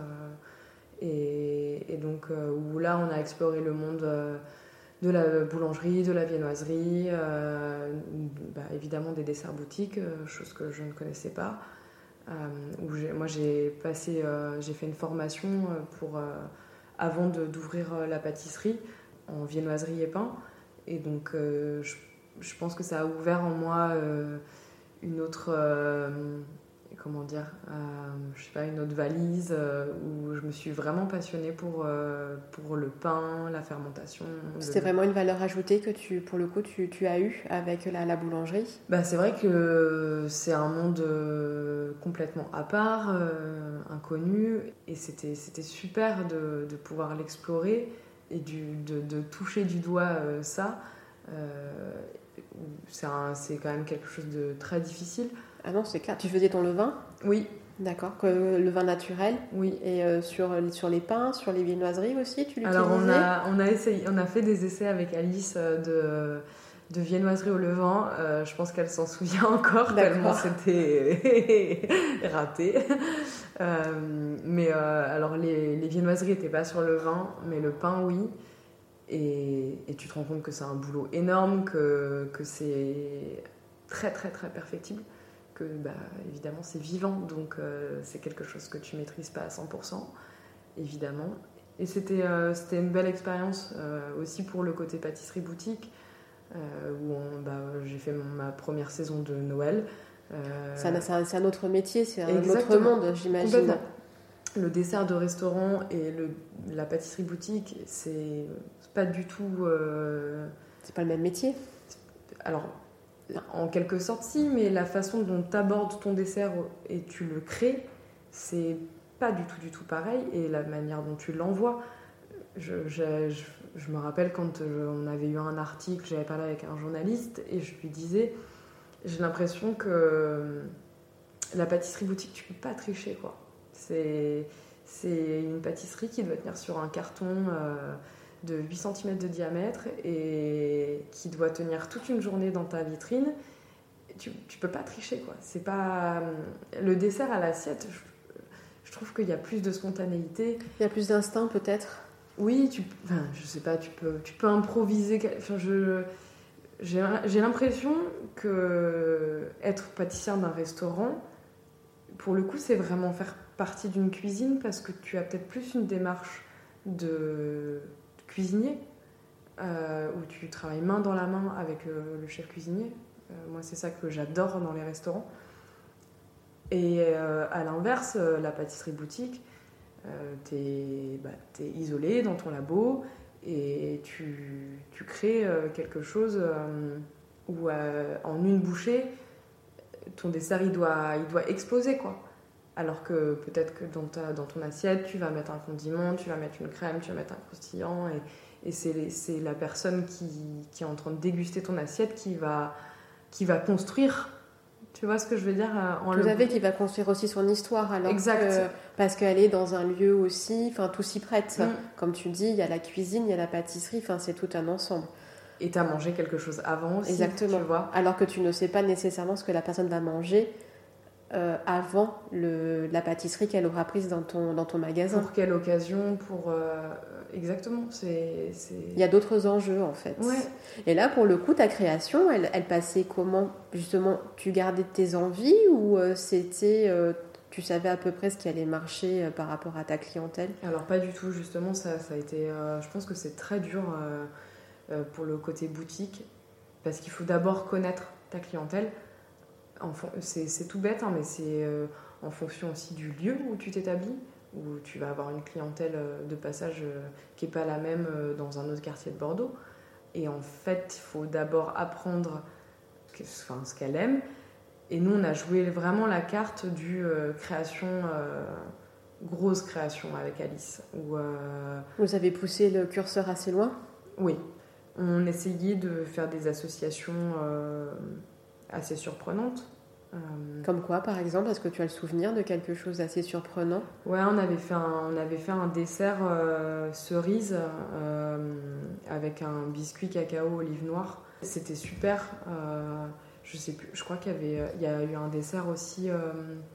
et, et donc, euh, où là, on a exploré le monde euh, de la boulangerie, de la viennoiserie, euh, bah, évidemment des desserts boutiques, euh, chose que je ne connaissais pas. Euh, où j'ai, moi, j'ai, passé, euh, j'ai fait une formation pour, euh, avant de, d'ouvrir la pâtisserie en viennoiserie et pain. Et donc, euh, je, je pense que ça a ouvert en moi euh, une autre, euh, comment dire, euh, je sais pas, une autre valise euh, où je me suis vraiment passionnée pour, euh, pour le pain, la fermentation. C'était le... vraiment une valeur ajoutée que tu, pour le coup, tu, tu as eue avec la, la boulangerie ? Bah, c'est vrai que c'est un monde euh, complètement à part, euh, inconnu, et c'était, c'était super de, de pouvoir l'explorer. Et du, de, de toucher du doigt euh, ça, euh, c'est, un, c'est quand même quelque chose de très difficile. Ah non, c'est clair. Tu faisais ton levain ? Oui. D'accord. Que, le vin naturel ? Oui. Et euh, sur, sur les pains, sur les viennoiseries aussi, tu l'utilisais ? Alors on a, on a essayé, on a fait des essais avec Alice de, de viennoiserie au levain. Euh, je pense qu'elle s'en souvient encore. D'accord. Tellement c'était raté. Euh, mais euh, alors les, les viennoiseries n'étaient pas sur le vin, mais le pain oui. Et, et tu te rends compte que c'est un boulot énorme, que, que c'est très très très perfectible, que bah, évidemment c'est vivant, donc euh, c'est quelque chose que tu maîtrises pas à cent pour cent, évidemment. Et c'était, euh, c'était une belle expérience euh, aussi pour le côté pâtisserie boutique, euh, où on, bah, j'ai fait mon, ma première saison de Noël. Euh... C'est, un, c'est, un, c'est un autre métier, c'est un Exactement. autre monde, j'imagine. le dessert de restaurant et le, la pâtisserie boutique, c'est, c'est pas du tout... Euh... C'est pas le même métier. Alors, en quelque sorte, si, mais la façon dont tu abordes ton dessert et tu le crées, c'est pas du tout, du tout pareil. Et la manière dont tu l'envoies, je, je, je, je me rappelle quand on avait eu un article, j'avais parlé avec un journaliste et je lui disais, j'ai l'impression que la pâtisserie boutique, tu peux pas tricher, quoi. C'est, c'est une pâtisserie qui doit tenir sur un carton euh, de huit centimètres de diamètre et qui doit tenir toute une journée dans ta vitrine. Tu, tu peux pas tricher, quoi. C'est pas... Le dessert à l'assiette, je, je trouve qu'il y a plus de spontanéité. Il y a plus d'instinct, peut-être. Oui, tu, enfin, je sais pas, tu peux, tu peux improviser. Enfin, je, j'ai, j'ai l'impression que être pâtissière d'un restaurant, pour le coup, c'est vraiment faire partie d'une cuisine parce que tu as peut-être plus une démarche de, de cuisinier euh, où tu travailles main dans la main avec le, le chef cuisinier. Euh, moi, c'est ça que j'adore dans les restaurants. Et euh, à l'inverse, euh, la pâtisserie boutique, euh, t'es, bah, t'es isolé dans ton labo et tu, tu crées euh, quelque chose euh, où euh, en une bouchée, ton dessert il doit, il doit exploser, quoi. Alors que peut-être que dans, ta, dans ton assiette, tu vas mettre un condiment, tu vas mettre une crème, tu vas mettre un croustillant et, et c'est, c'est la personne qui, qui est en train de déguster ton assiette qui va, qui va construire. Tu vois ce que je veux dire en Vous savez qu'il va construire aussi son histoire, alors exact. Que, parce qu'elle est dans un lieu aussi, enfin tout s'y prête. Mm. Comme tu dis, il y a la cuisine, il y a la pâtisserie, enfin c'est tout un ensemble. Et tu as mangé quelque chose avant aussi. Exactement. Tu vois. Alors que tu ne sais pas nécessairement ce que la personne va manger euh, avant le, la pâtisserie qu'elle aura prise dans ton, dans ton magasin. Pour quelle occasion, pour... Euh, exactement. C'est, c'est... Il y a d'autres enjeux en fait. Ouais. Et là, pour le coup, ta création, elle, elle passait comment ? Justement, tu gardais tes envies ou euh, c'était... Euh, tu savais à peu près ce qui allait marcher euh, par rapport à ta clientèle ? Alors pas du tout, justement, ça, ça a été... Euh, je pense que c'est très dur euh, euh, pour le côté boutique, parce qu'il faut d'abord connaître ta clientèle. En fon- c'est, c'est tout bête, hein, mais c'est euh, en fonction aussi du lieu où tu t'établis, où tu vas avoir une clientèle euh, de passage euh, qui n'est pas la même euh, dans un autre quartier de Bordeaux. Et en fait, il faut d'abord apprendre que, enfin, ce qu'elle aime. Et nous, on a joué vraiment la carte du euh, création, euh, grosse création avec Alice. Où, euh, Vous avez poussé le curseur assez loin ? Oui. On essayait de faire des associations euh, assez surprenantes. Euh, Comme quoi, par exemple ? Est-ce que tu as le souvenir de quelque chose d'assez surprenant ? Ouais, on avait fait un, on avait fait un dessert euh, cerise euh, avec un biscuit cacao olive noire. C'était super. Euh, je sais plus, je crois qu'il y avait, il y a eu un dessert aussi euh,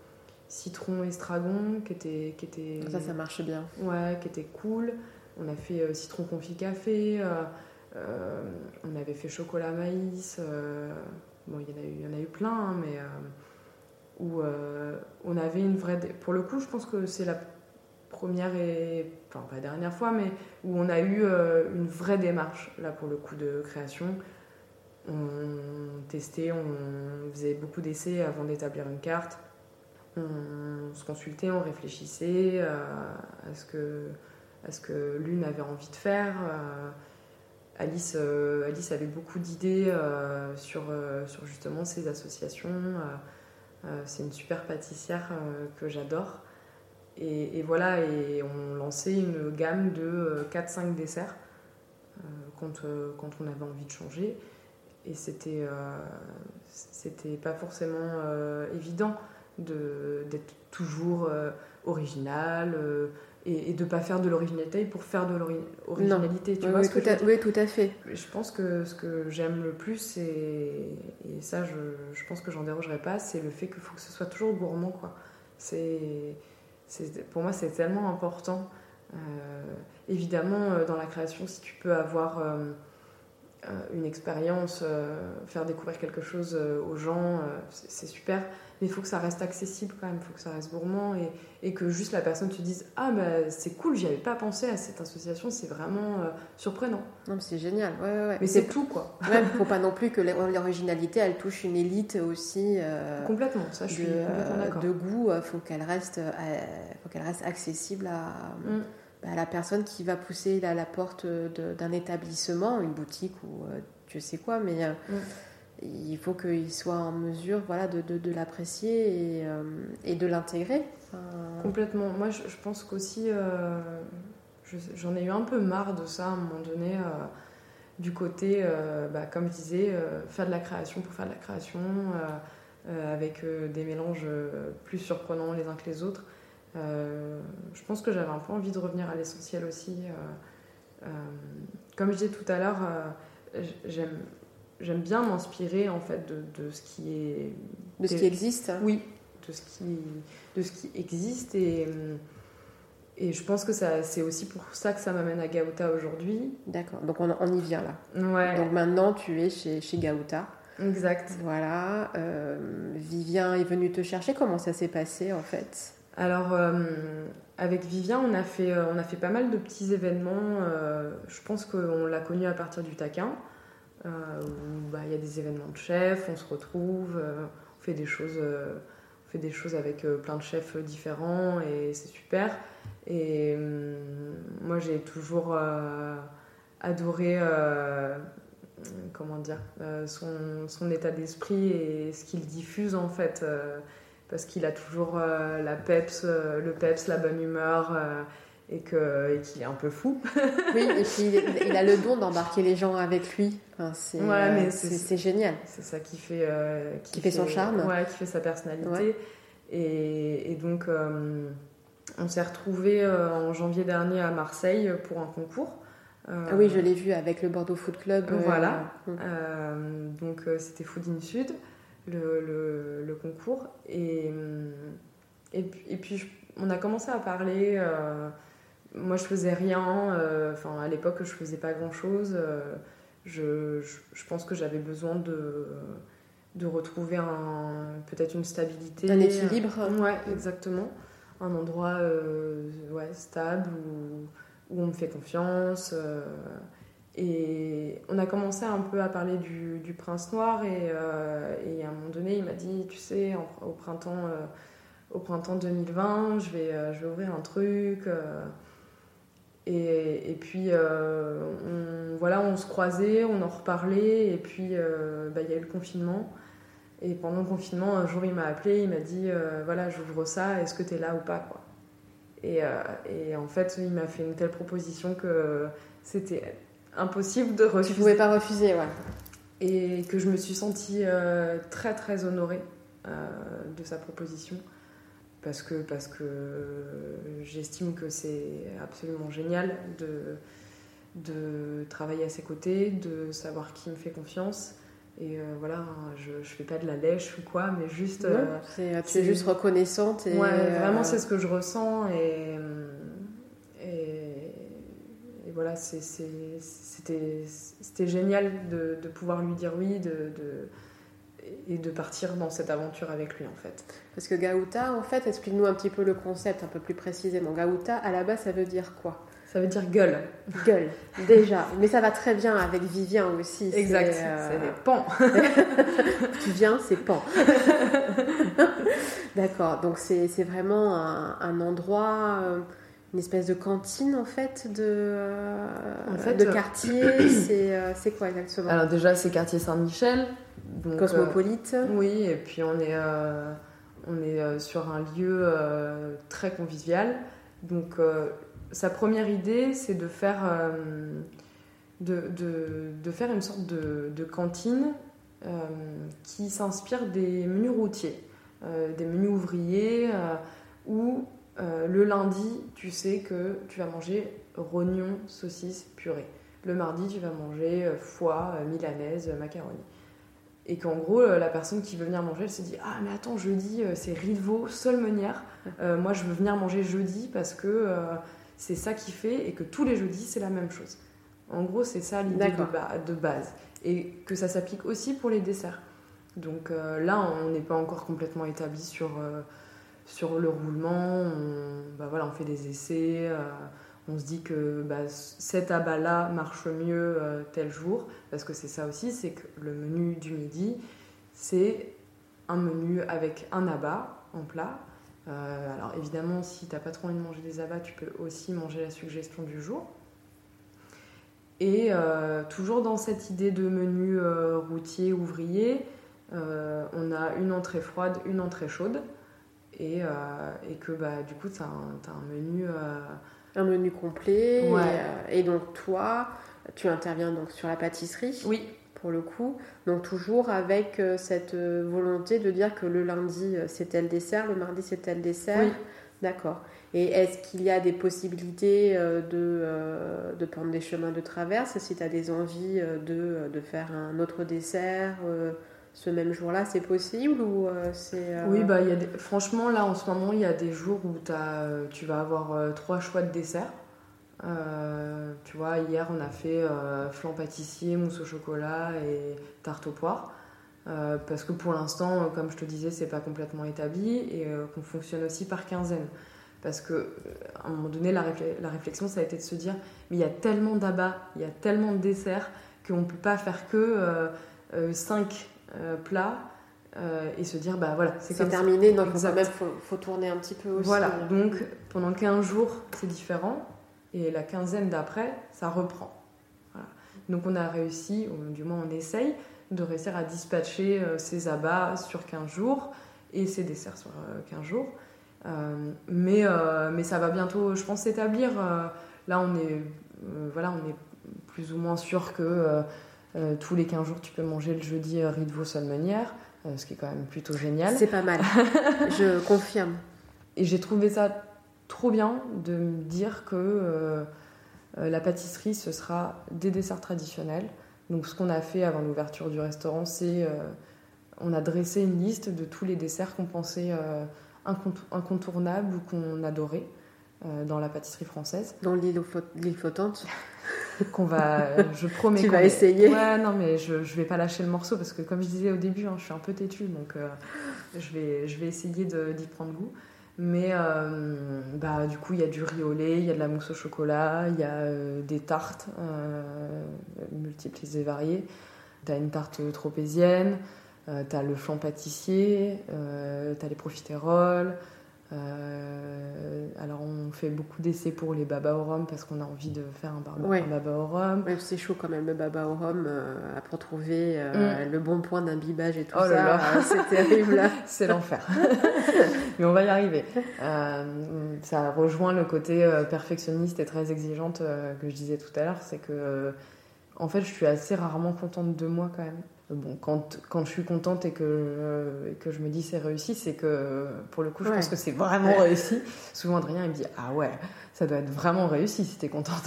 citron estragon qui était, qui était. Ça, ça marche bien. Ouais, qui était cool. On a fait euh, citron confit café. Euh, euh, on avait fait chocolat maïs. Euh, bon, il y en a eu, il y en a eu plein, hein, mais. Euh, où euh, on avait une vraie... Dé... Pour le coup, je pense que c'est la première et... Enfin, pas la dernière fois, mais où on a eu euh, une vraie démarche, là, pour le coup, de création. On testait, on faisait beaucoup d'essais avant d'établir une carte. On se consultait, on réfléchissait à, à, ce, que, à ce que l'une avait envie de faire. Alice, euh, Alice avait beaucoup d'idées euh, sur, euh, sur justement ces associations. Euh, Euh, c'est une super pâtissière euh, que j'adore. Et, et voilà, et on lançait une gamme de euh, quatre cinq desserts euh, quand, euh, quand on avait envie de changer. Et c'était, euh, c'était pas forcément euh, évident de, d'être toujours euh, original euh, et, et de ne pas faire de l'originalité pour faire de l'originalité. Tu oui, vois oui, ce que tout je à, veux dire ? oui, tout à fait. Je pense que ce que j'aime le plus, et, et ça, je, je pense que j'en dérogerai pas, c'est le fait qu'il faut que ce soit toujours gourmand, quoi. C'est, c'est, pour moi, c'est tellement important. Euh, évidemment, dans la création, si tu peux avoir euh, une expérience, euh, faire découvrir quelque chose euh, aux gens, euh, c'est, c'est super. Mais il faut que ça reste accessible quand même, il faut que ça reste gourmand et, et que juste la personne te dise « Ah, bah, c'est cool, j'y avais pas pensé à cette association, c'est vraiment euh, surprenant. » Non, mais c'est génial, ouais, ouais, ouais. Mais c'est, c'est tout, quoi. Ouais, il ne faut pas non plus que l'originalité, elle touche une élite aussi. Euh, complètement, ça, je suis de, complètement d'accord. De goût, il faut qu'elle reste, euh, faut qu'elle reste accessible à, mm. bah, à la personne qui va pousser à la porte de, d'un établissement, une boutique ou euh, je sais quoi, mais... Euh, mm. Il faut qu'il soit en mesure voilà, de, de, de l'apprécier et, euh, et de l'intégrer. Enfin... Complètement. Moi, je, je pense qu'aussi, euh, je, j'en ai eu un peu marre de ça à un moment donné, euh, du côté, euh, bah, comme je disais, euh, faire de la création pour faire de la création, euh, euh, avec euh, des mélanges plus surprenants les uns que les autres. Euh, je pense que j'avais un peu envie de revenir à l'essentiel aussi. Euh, euh, comme je disais tout à l'heure, euh, j'aime... J'aime bien m'inspirer en fait de, de ce qui est... De ce qui existe. Oui, de ce qui, de ce qui existe. Et, et je pense que ça, c'est aussi pour ça que ça m'amène à Gaouta aujourd'hui. D'accord, donc on, on y vient là. Ouais. Donc maintenant tu es chez, chez Gaouta. Exact. Voilà. Euh, Vivien est venu te chercher. Comment ça s'est passé en fait ? Alors, euh, avec Vivien, on a, fait, on a fait pas mal de petits événements. Euh, je pense qu'on l'a connu à partir du taquin. Euh, où bah, y a des événements de chefs, on se retrouve, euh, on fait des choses, euh, on fait des choses avec euh, plein de chefs différents et c'est super. Et euh, moi j'ai toujours euh, adoré euh, comment dire, euh, son, son état d'esprit et ce qu'il diffuse en fait, euh, parce qu'il a toujours euh, la peps, euh, le peps, la bonne humeur. Euh, Et, que, et qu'il est un peu fou. Oui, et puis il a le don d'embarquer les gens avec lui. Enfin, c'est, ouais, mais c'est, c'est, c'est génial. C'est ça qui fait, euh, qui, qui fait, fait son charme. Ouais, qui fait sa personnalité. Ouais. Et, et donc, euh, on s'est retrouvés euh, en janvier dernier à Marseille pour un concours. Euh, ah oui, je l'ai vu avec le Bordeaux Food Club. Voilà. Euh, euh, donc, euh, c'était Food in Sud, le, le, le concours. Et, et, et puis, je, on a commencé à parler... Euh, Moi, je faisais rien. Enfin, euh, à l'époque, je faisais pas grand-chose. Euh, je, je, je pense que j'avais besoin de, de retrouver un, peut-être une stabilité. Un équilibre. Ouais, exactement. Un endroit euh, ouais, stable où, où on me fait confiance. Euh, et on a commencé un peu à parler du, du Prince Noir. Et, euh, et à un moment donné, il m'a dit, tu sais, en, au printemps... Euh, au printemps deux mille vingt, je vais, euh, je vais ouvrir un truc... Euh, Et, et puis, euh, on, voilà, on se croisait, on en reparlait, et puis euh, bah, y a eu le confinement. Et pendant le confinement, un jour, il m'a appelé, il m'a dit euh, voilà, j'ouvre ça, est-ce que t'es là ou pas, quoi. Et, euh, et en fait, il m'a fait une telle proposition que c'était impossible de refuser. Tu pouvais pas refuser, ouais. Et que je me suis sentie euh, très, très honorée euh, de sa proposition. Parce que, parce que j'estime que c'est absolument génial de, de travailler à ses côtés, de savoir qui me fait confiance. Et euh, voilà, je ne fais pas de la lèche ou quoi, mais juste... Non, euh, c'est, tu es juste reconnaissante. Et, ouais, vraiment, euh... c'est ce que je ressens. Et, et, et voilà, c'est, c'est, c'était, c'était génial de, de pouvoir lui dire oui, de... de et de partir dans cette aventure avec lui en fait. Parce que Gaouta, en fait, explique-nous un petit peu le concept un peu plus précisément. Gaouta, à la base, ça veut dire quoi ? Ça veut dire gueule. Gueule, déjà. Mais ça va très bien avec Vivien aussi. Exact, c'est, euh... c'est des pans. Vivien, c'est pan. D'accord, donc c'est, c'est vraiment un, un endroit... Euh... Une espèce de cantine en fait de, euh, en fait, de quartier. c'est, euh, c'est quoi exactement ? Alors déjà c'est quartier Saint-Michel. Donc, cosmopolite. Euh, oui, et puis on est, euh, on est euh, sur un lieu euh, très convivial. Donc euh, sa première idée c'est de faire, euh, de, de, de faire une sorte de, de cantine euh, qui s'inspire des menus routiers, euh, des menus ouvriers euh, où Euh, le lundi, tu sais que tu vas manger rognon, saucisse, purée. Le mardi, tu vas manger euh, foie, euh, milanaise, euh, macaroni. Et qu'en gros, euh, la personne qui veut venir manger, elle se dit « Ah, mais attends, jeudi, euh, c'est riz de veau, seule meunière. Euh, moi, je veux venir manger jeudi parce que euh, c'est ça qui fait et que tous les jeudis, c'est la même chose. » En gros, c'est ça l'idée de, ba- de base. Et que ça s'applique aussi pour les desserts. Donc euh, là, on n'est pas encore complètement établi sur, euh, sur le roulement. On, bah voilà, on fait des essais. Euh, on se dit que bah, cet abat-là marche mieux euh, tel jour. Parce que c'est ça aussi, c'est que le menu du midi, c'est un menu avec un abat en plat. Euh, alors évidemment, si tu n'as pas trop envie de manger des abats, tu peux aussi manger la suggestion du jour. Et euh, toujours dans cette idée de menu euh, routier, ouvrier, euh, on a une entrée froide, une entrée chaude. Et, euh, et que bah, du coup, tu as un, un menu... Euh... Un menu complet. Ouais. Et, euh, et donc toi, tu interviens donc sur la pâtisserie. Oui. Pour le coup. Donc toujours avec euh, cette euh, volonté de dire que le lundi, euh, c'est tel dessert, le mardi, c'est tel dessert. Oui. D'accord. Et est-ce qu'il y a des possibilités euh, de, euh, de prendre des chemins de traverse si tu as des envies euh, de, de faire un autre dessert euh, ce même jour-là, c'est possible ou euh, c'est euh... Oui, bah, y a des... franchement, là, en ce moment, il y a des jours où t'as, euh, tu vas avoir euh, trois choix de dessert. Euh, tu vois, hier, on a fait euh, flan pâtissier, mousse au chocolat et tarte aux poires. Euh, parce que pour l'instant, euh, comme je te disais, c'est pas complètement établi et euh, qu'on fonctionne aussi par quinzaine. Parce qu'à un moment donné, la, réfl- la réflexion, ça a été de se dire mais il y a tellement d'abats, il y a tellement de desserts qu'on ne peut pas faire que euh, euh, cinq euh, plats euh, et se dire bah voilà, c'est, c'est comme terminé, ça. donc quand même, il faut, faut tourner un petit peu aussi. Voilà, donc pendant quinze jours, c'est différent et la quinzaine d'après, ça reprend. Voilà. Donc on a réussi, ou du moins on essaye, de réussir à dispatcher euh, ces abats sur quinze jours et ces desserts sur euh, quinze jours. Euh, mais, euh, mais ça va bientôt, je pense, s'établir. Euh, là, on est, euh, voilà, on est plus ou moins sûr que euh, euh, tous les quinze jours, tu peux manger le jeudi euh, riz de veau salmonière, euh, ce qui est quand même plutôt génial. C'est pas mal, je confirme. Et j'ai trouvé ça trop bien de me dire que euh, euh, la pâtisserie, ce sera des desserts traditionnels. Donc, ce qu'on a fait avant l'ouverture du restaurant, c'est euh, on a dressé une liste de tous les desserts qu'on pensait euh, incontournables ou qu'on adorait euh, dans la pâtisserie française. Dans l'île, l'île flottante. Qu'on va, je promets. Tu qu'on vas est... essayer. Ouais, non, mais je, je vais pas lâcher le morceau parce que, comme je disais au début, hein, je suis un peu têtue, donc euh, je vais, je vais essayer de, d'y prendre goût. Mais euh, bah, du coup, il y a du riz au lait, il y a de la mousse au chocolat, il y a euh, des tartes euh, multiples et variées. Tu as une tarte tropézienne, euh, tu as le flan pâtissier, euh, tu as les profiteroles. Euh, alors, on fait beaucoup d'essais pour les babas au rhum parce qu'on a envie de faire un, bar- ouais. un baba au rhum. Ouais, c'est chaud quand même, le baba au rhum, euh, après trouver euh, mm. le bon point d'imbibage et tout oh ça, là là. Euh, c'est terrible. C'est l'enfer. Mais on va y arriver. Euh, ça rejoint le côté euh, perfectionniste et très exigeante euh, que je disais tout à l'heure. C'est que, euh, en fait, je suis assez rarement contente de moi quand même. Bon, quand, quand je suis contente et que, euh, et que je me dis c'est réussi, c'est que pour le coup, je ouais. pense que c'est vraiment ouais. réussi. Souvent, Adrien, il me dit ah ouais, ça doit être vraiment réussi si t'es contente.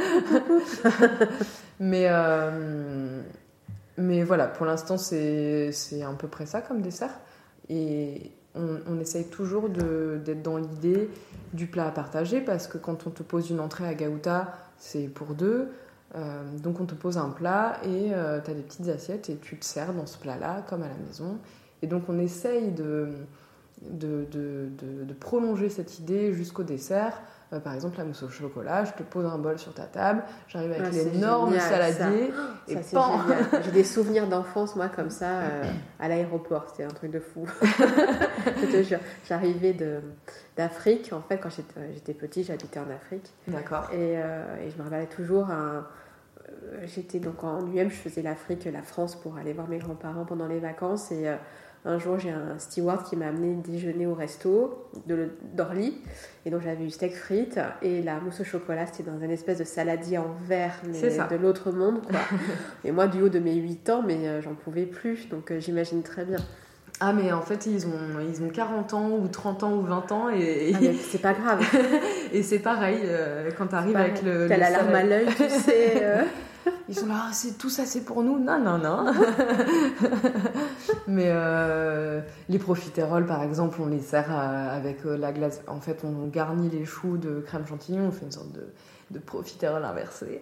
mais, euh, mais voilà, pour l'instant, c'est, c'est à peu près ça comme dessert. Et on, on essaye toujours de, d'être dans l'idée du plat à partager parce que quand on te pose une entrée à Gaouta, c'est pour deux. Euh, donc on te pose un plat et euh, tu as des petites assiettes et tu te sers dans ce plat-là comme à la maison. Et donc on essaye de, de, de, de, de prolonger cette idée jusqu'au dessert. Euh, par exemple la mousse au chocolat, je te pose un bol sur ta table, j'arrive avec ah, l'énorme génial, saladier ça. et ça, pan. J'ai des souvenirs d'enfance moi comme ça euh, à l'aéroport, c'était un truc de fou. Je te jure, j'arrivais de, d'Afrique, en fait quand j'étais, j'étais petite j'habitais en Afrique. D'accord. Et, euh, et je me rappelais toujours, un, euh, j'étais donc en U M, je faisais l'Afrique, la France pour aller voir mes grands-parents pendant les vacances et euh, un jour, j'ai un steward qui m'a amené déjeuner au resto de, d'Orly. Et donc, j'avais eu steak frites et la mousse au chocolat. C'était dans une espèce de saladier en verre, mais de l'autre monde, quoi. Et moi, du haut de mes huit ans, mais euh, j'en pouvais plus. Donc, euh, j'imagine très bien. Ah, mais en fait, ils ont, ils ont quarante ans ou trente ans ou vingt ans. Et, et... Ah, mais c'est pas grave. Et c'est pareil, euh, quand t'arrives avec le... T'as le la larme à l'œil, tu sais... Euh... Ils sont là, c'est tout ça, c'est pour nous. Non, non, non. Mais euh, les profiteroles, par exemple, on les sert avec la glace. En fait, on garnit les choux de crème chantilly. On fait une sorte de, de profiterole inversée.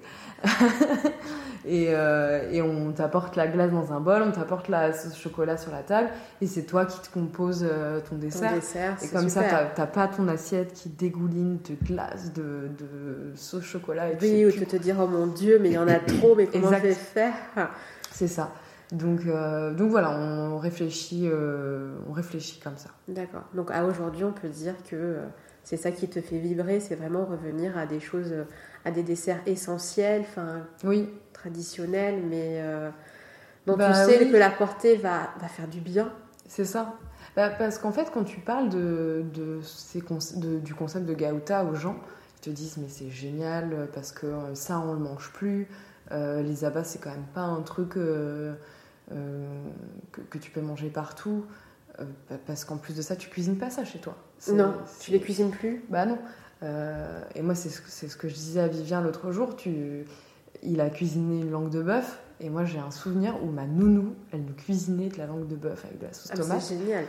et, euh, et on t'apporte la glace dans un bol, on t'apporte la sauce chocolat sur la table, et c'est toi qui te composes euh, ton dessert. Ton dessert, et c'est comme super. ça, t'as, t'as pas ton assiette qui dégouline de glace, de, de sauce chocolat. Et oui, ou tu te dire, oh mon Dieu, mais il y en a trop, mais comment exact. je vais faire? C'est ça. Donc, euh, donc voilà, on réfléchit, euh, on réfléchit comme ça. D'accord. Donc à aujourd'hui, on peut dire que euh, c'est ça qui te fait vibrer, c'est vraiment revenir à des choses, euh, à des desserts essentiels, enfin oui. traditionnels, mais euh, dont bah, tu sais oui. que la portée va, va faire du bien. C'est ça. Bah, parce qu'en fait, quand tu parles de, de ces conce- de, du concept de Gauta aux gens, ils te disent mais c'est génial parce que ça on le mange plus. Euh, les abats c'est quand même pas un truc euh, euh, que, que tu peux manger partout euh, parce qu'en plus de ça tu cuisines pas ça chez toi. C'est, non, c'est... tu les cuisines plus? Bah non. Euh, et moi c'est ce, c'est ce que je disais à Vivien l'autre jour. Tu... Il a cuisiné une langue de bœuf et moi j'ai un souvenir où ma nounou elle nous cuisinait de la langue de bœuf avec de la sauce ah, tomate. C'est génial.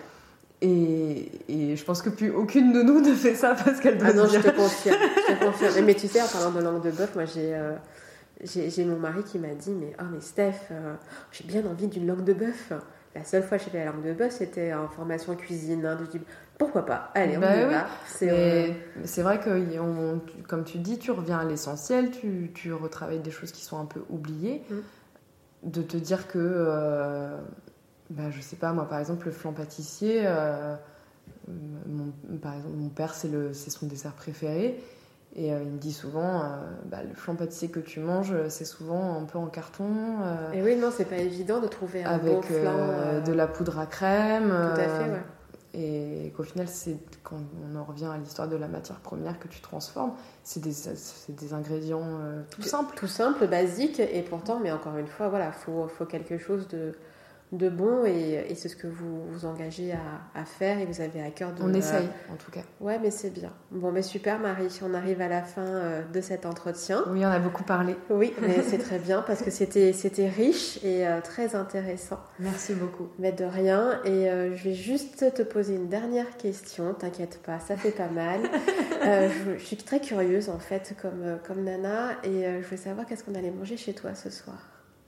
Et, et je pense que plus aucune nounou ne fait ça parce qu'elle doit ah non, dire... je te confirme, je te confirme. Mais tu sais, en parlant de langue de bœuf, moi j'ai, euh, j'ai, j'ai mon mari qui m'a dit mais oh mais Steph, euh, j'ai bien envie d'une langue de bœuf. La seule fois que j'ai fait la langue de bœuf, c'était en formation cuisine. Hein, je dis pourquoi pas, allez on bah y oui. va. C'est, mais, euh... mais c'est vrai que on, comme tu dis, tu reviens à l'essentiel, tu, tu retravailles des choses qui sont un peu oubliées. Mm. De te dire que, euh, bah, je sais pas, moi par exemple le flan pâtissier, euh, mon, par exemple mon père c'est, le, c'est son dessert préféré. Et euh, il me dit souvent, euh, bah, le flan pâtissier que tu manges, c'est souvent un peu en carton. Euh, et oui, non, c'est pas évident de trouver un avec, bon flan. Euh, de la poudre à crème. Tout à fait, ouais. Et qu'au final, c'est, quand on en revient à l'histoire de la matière première que tu transformes, c'est des, c'est des ingrédients euh, tout simples. Tout simple, basique, et pourtant, mais encore une fois, voilà, il faut, faut quelque chose de... de bon et, et c'est ce que vous vous engagez à, à faire et vous avez à cœur de... On essaye, en tout cas. Ouais, mais c'est bien. Bon, mais super Marie, on arrive à la fin euh, de cet entretien. Oui, on a beaucoup parlé. Oui, mais c'est très bien parce que c'était, c'était riche et euh, très intéressant. Merci beaucoup. Mais de rien, et euh, je vais juste te poser une dernière question, t'inquiète pas, ça fait pas mal. euh, je, je suis très curieuse en fait, comme, comme Nana, et euh, je veux savoir qu'est-ce qu'on allait manger chez toi ce soir.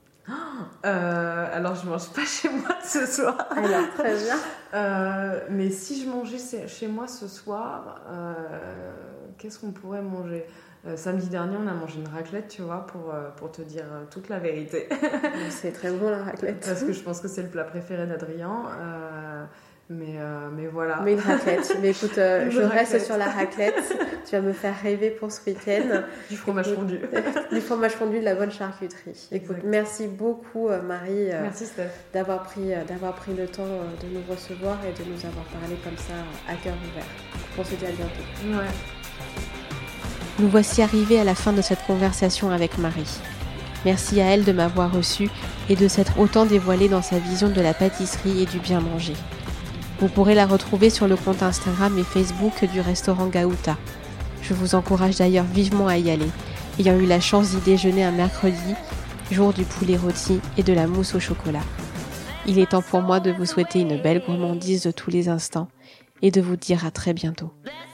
Euh, alors je mange pas chez moi ce soir. Alors très bien. Euh, mais si je mangeais chez moi ce soir, euh, qu'est-ce qu'on pourrait manger ? euh, Samedi dernier, on a mangé une raclette, tu vois, pour, euh, pour te dire toute la vérité. C'est très bon la raclette. Parce que je pense que c'est le plat préféré d'Adrien. Euh, mais, euh, mais voilà. Mais une raclette. Mais écoute, euh, je raclette. reste sur la raclette. Tu vas me faire rêver pour ce week-end. Du fromage fondu. Du fromage fondu, de la bonne charcuterie. Écoute, exact. Merci beaucoup Marie. Euh, merci Steph. D'avoir pris, euh, d'avoir pris le temps euh, de nous recevoir et de nous avoir parlé comme ça à cœur ouvert. On se dit à bientôt. Ouais. Nous voici arrivés à la fin de cette conversation avec Marie. Merci à elle de m'avoir reçue et de s'être autant dévoilée dans sa vision de la pâtisserie et du bien manger. Vous pourrez la retrouver sur le compte Instagram et Facebook du restaurant Gauta. Je vous encourage d'ailleurs vivement à y aller, ayant eu la chance d'y déjeuner un mercredi, jour du poulet rôti et de la mousse au chocolat. Il est temps pour moi de vous souhaiter une belle gourmandise de tous les instants et de vous dire à très bientôt.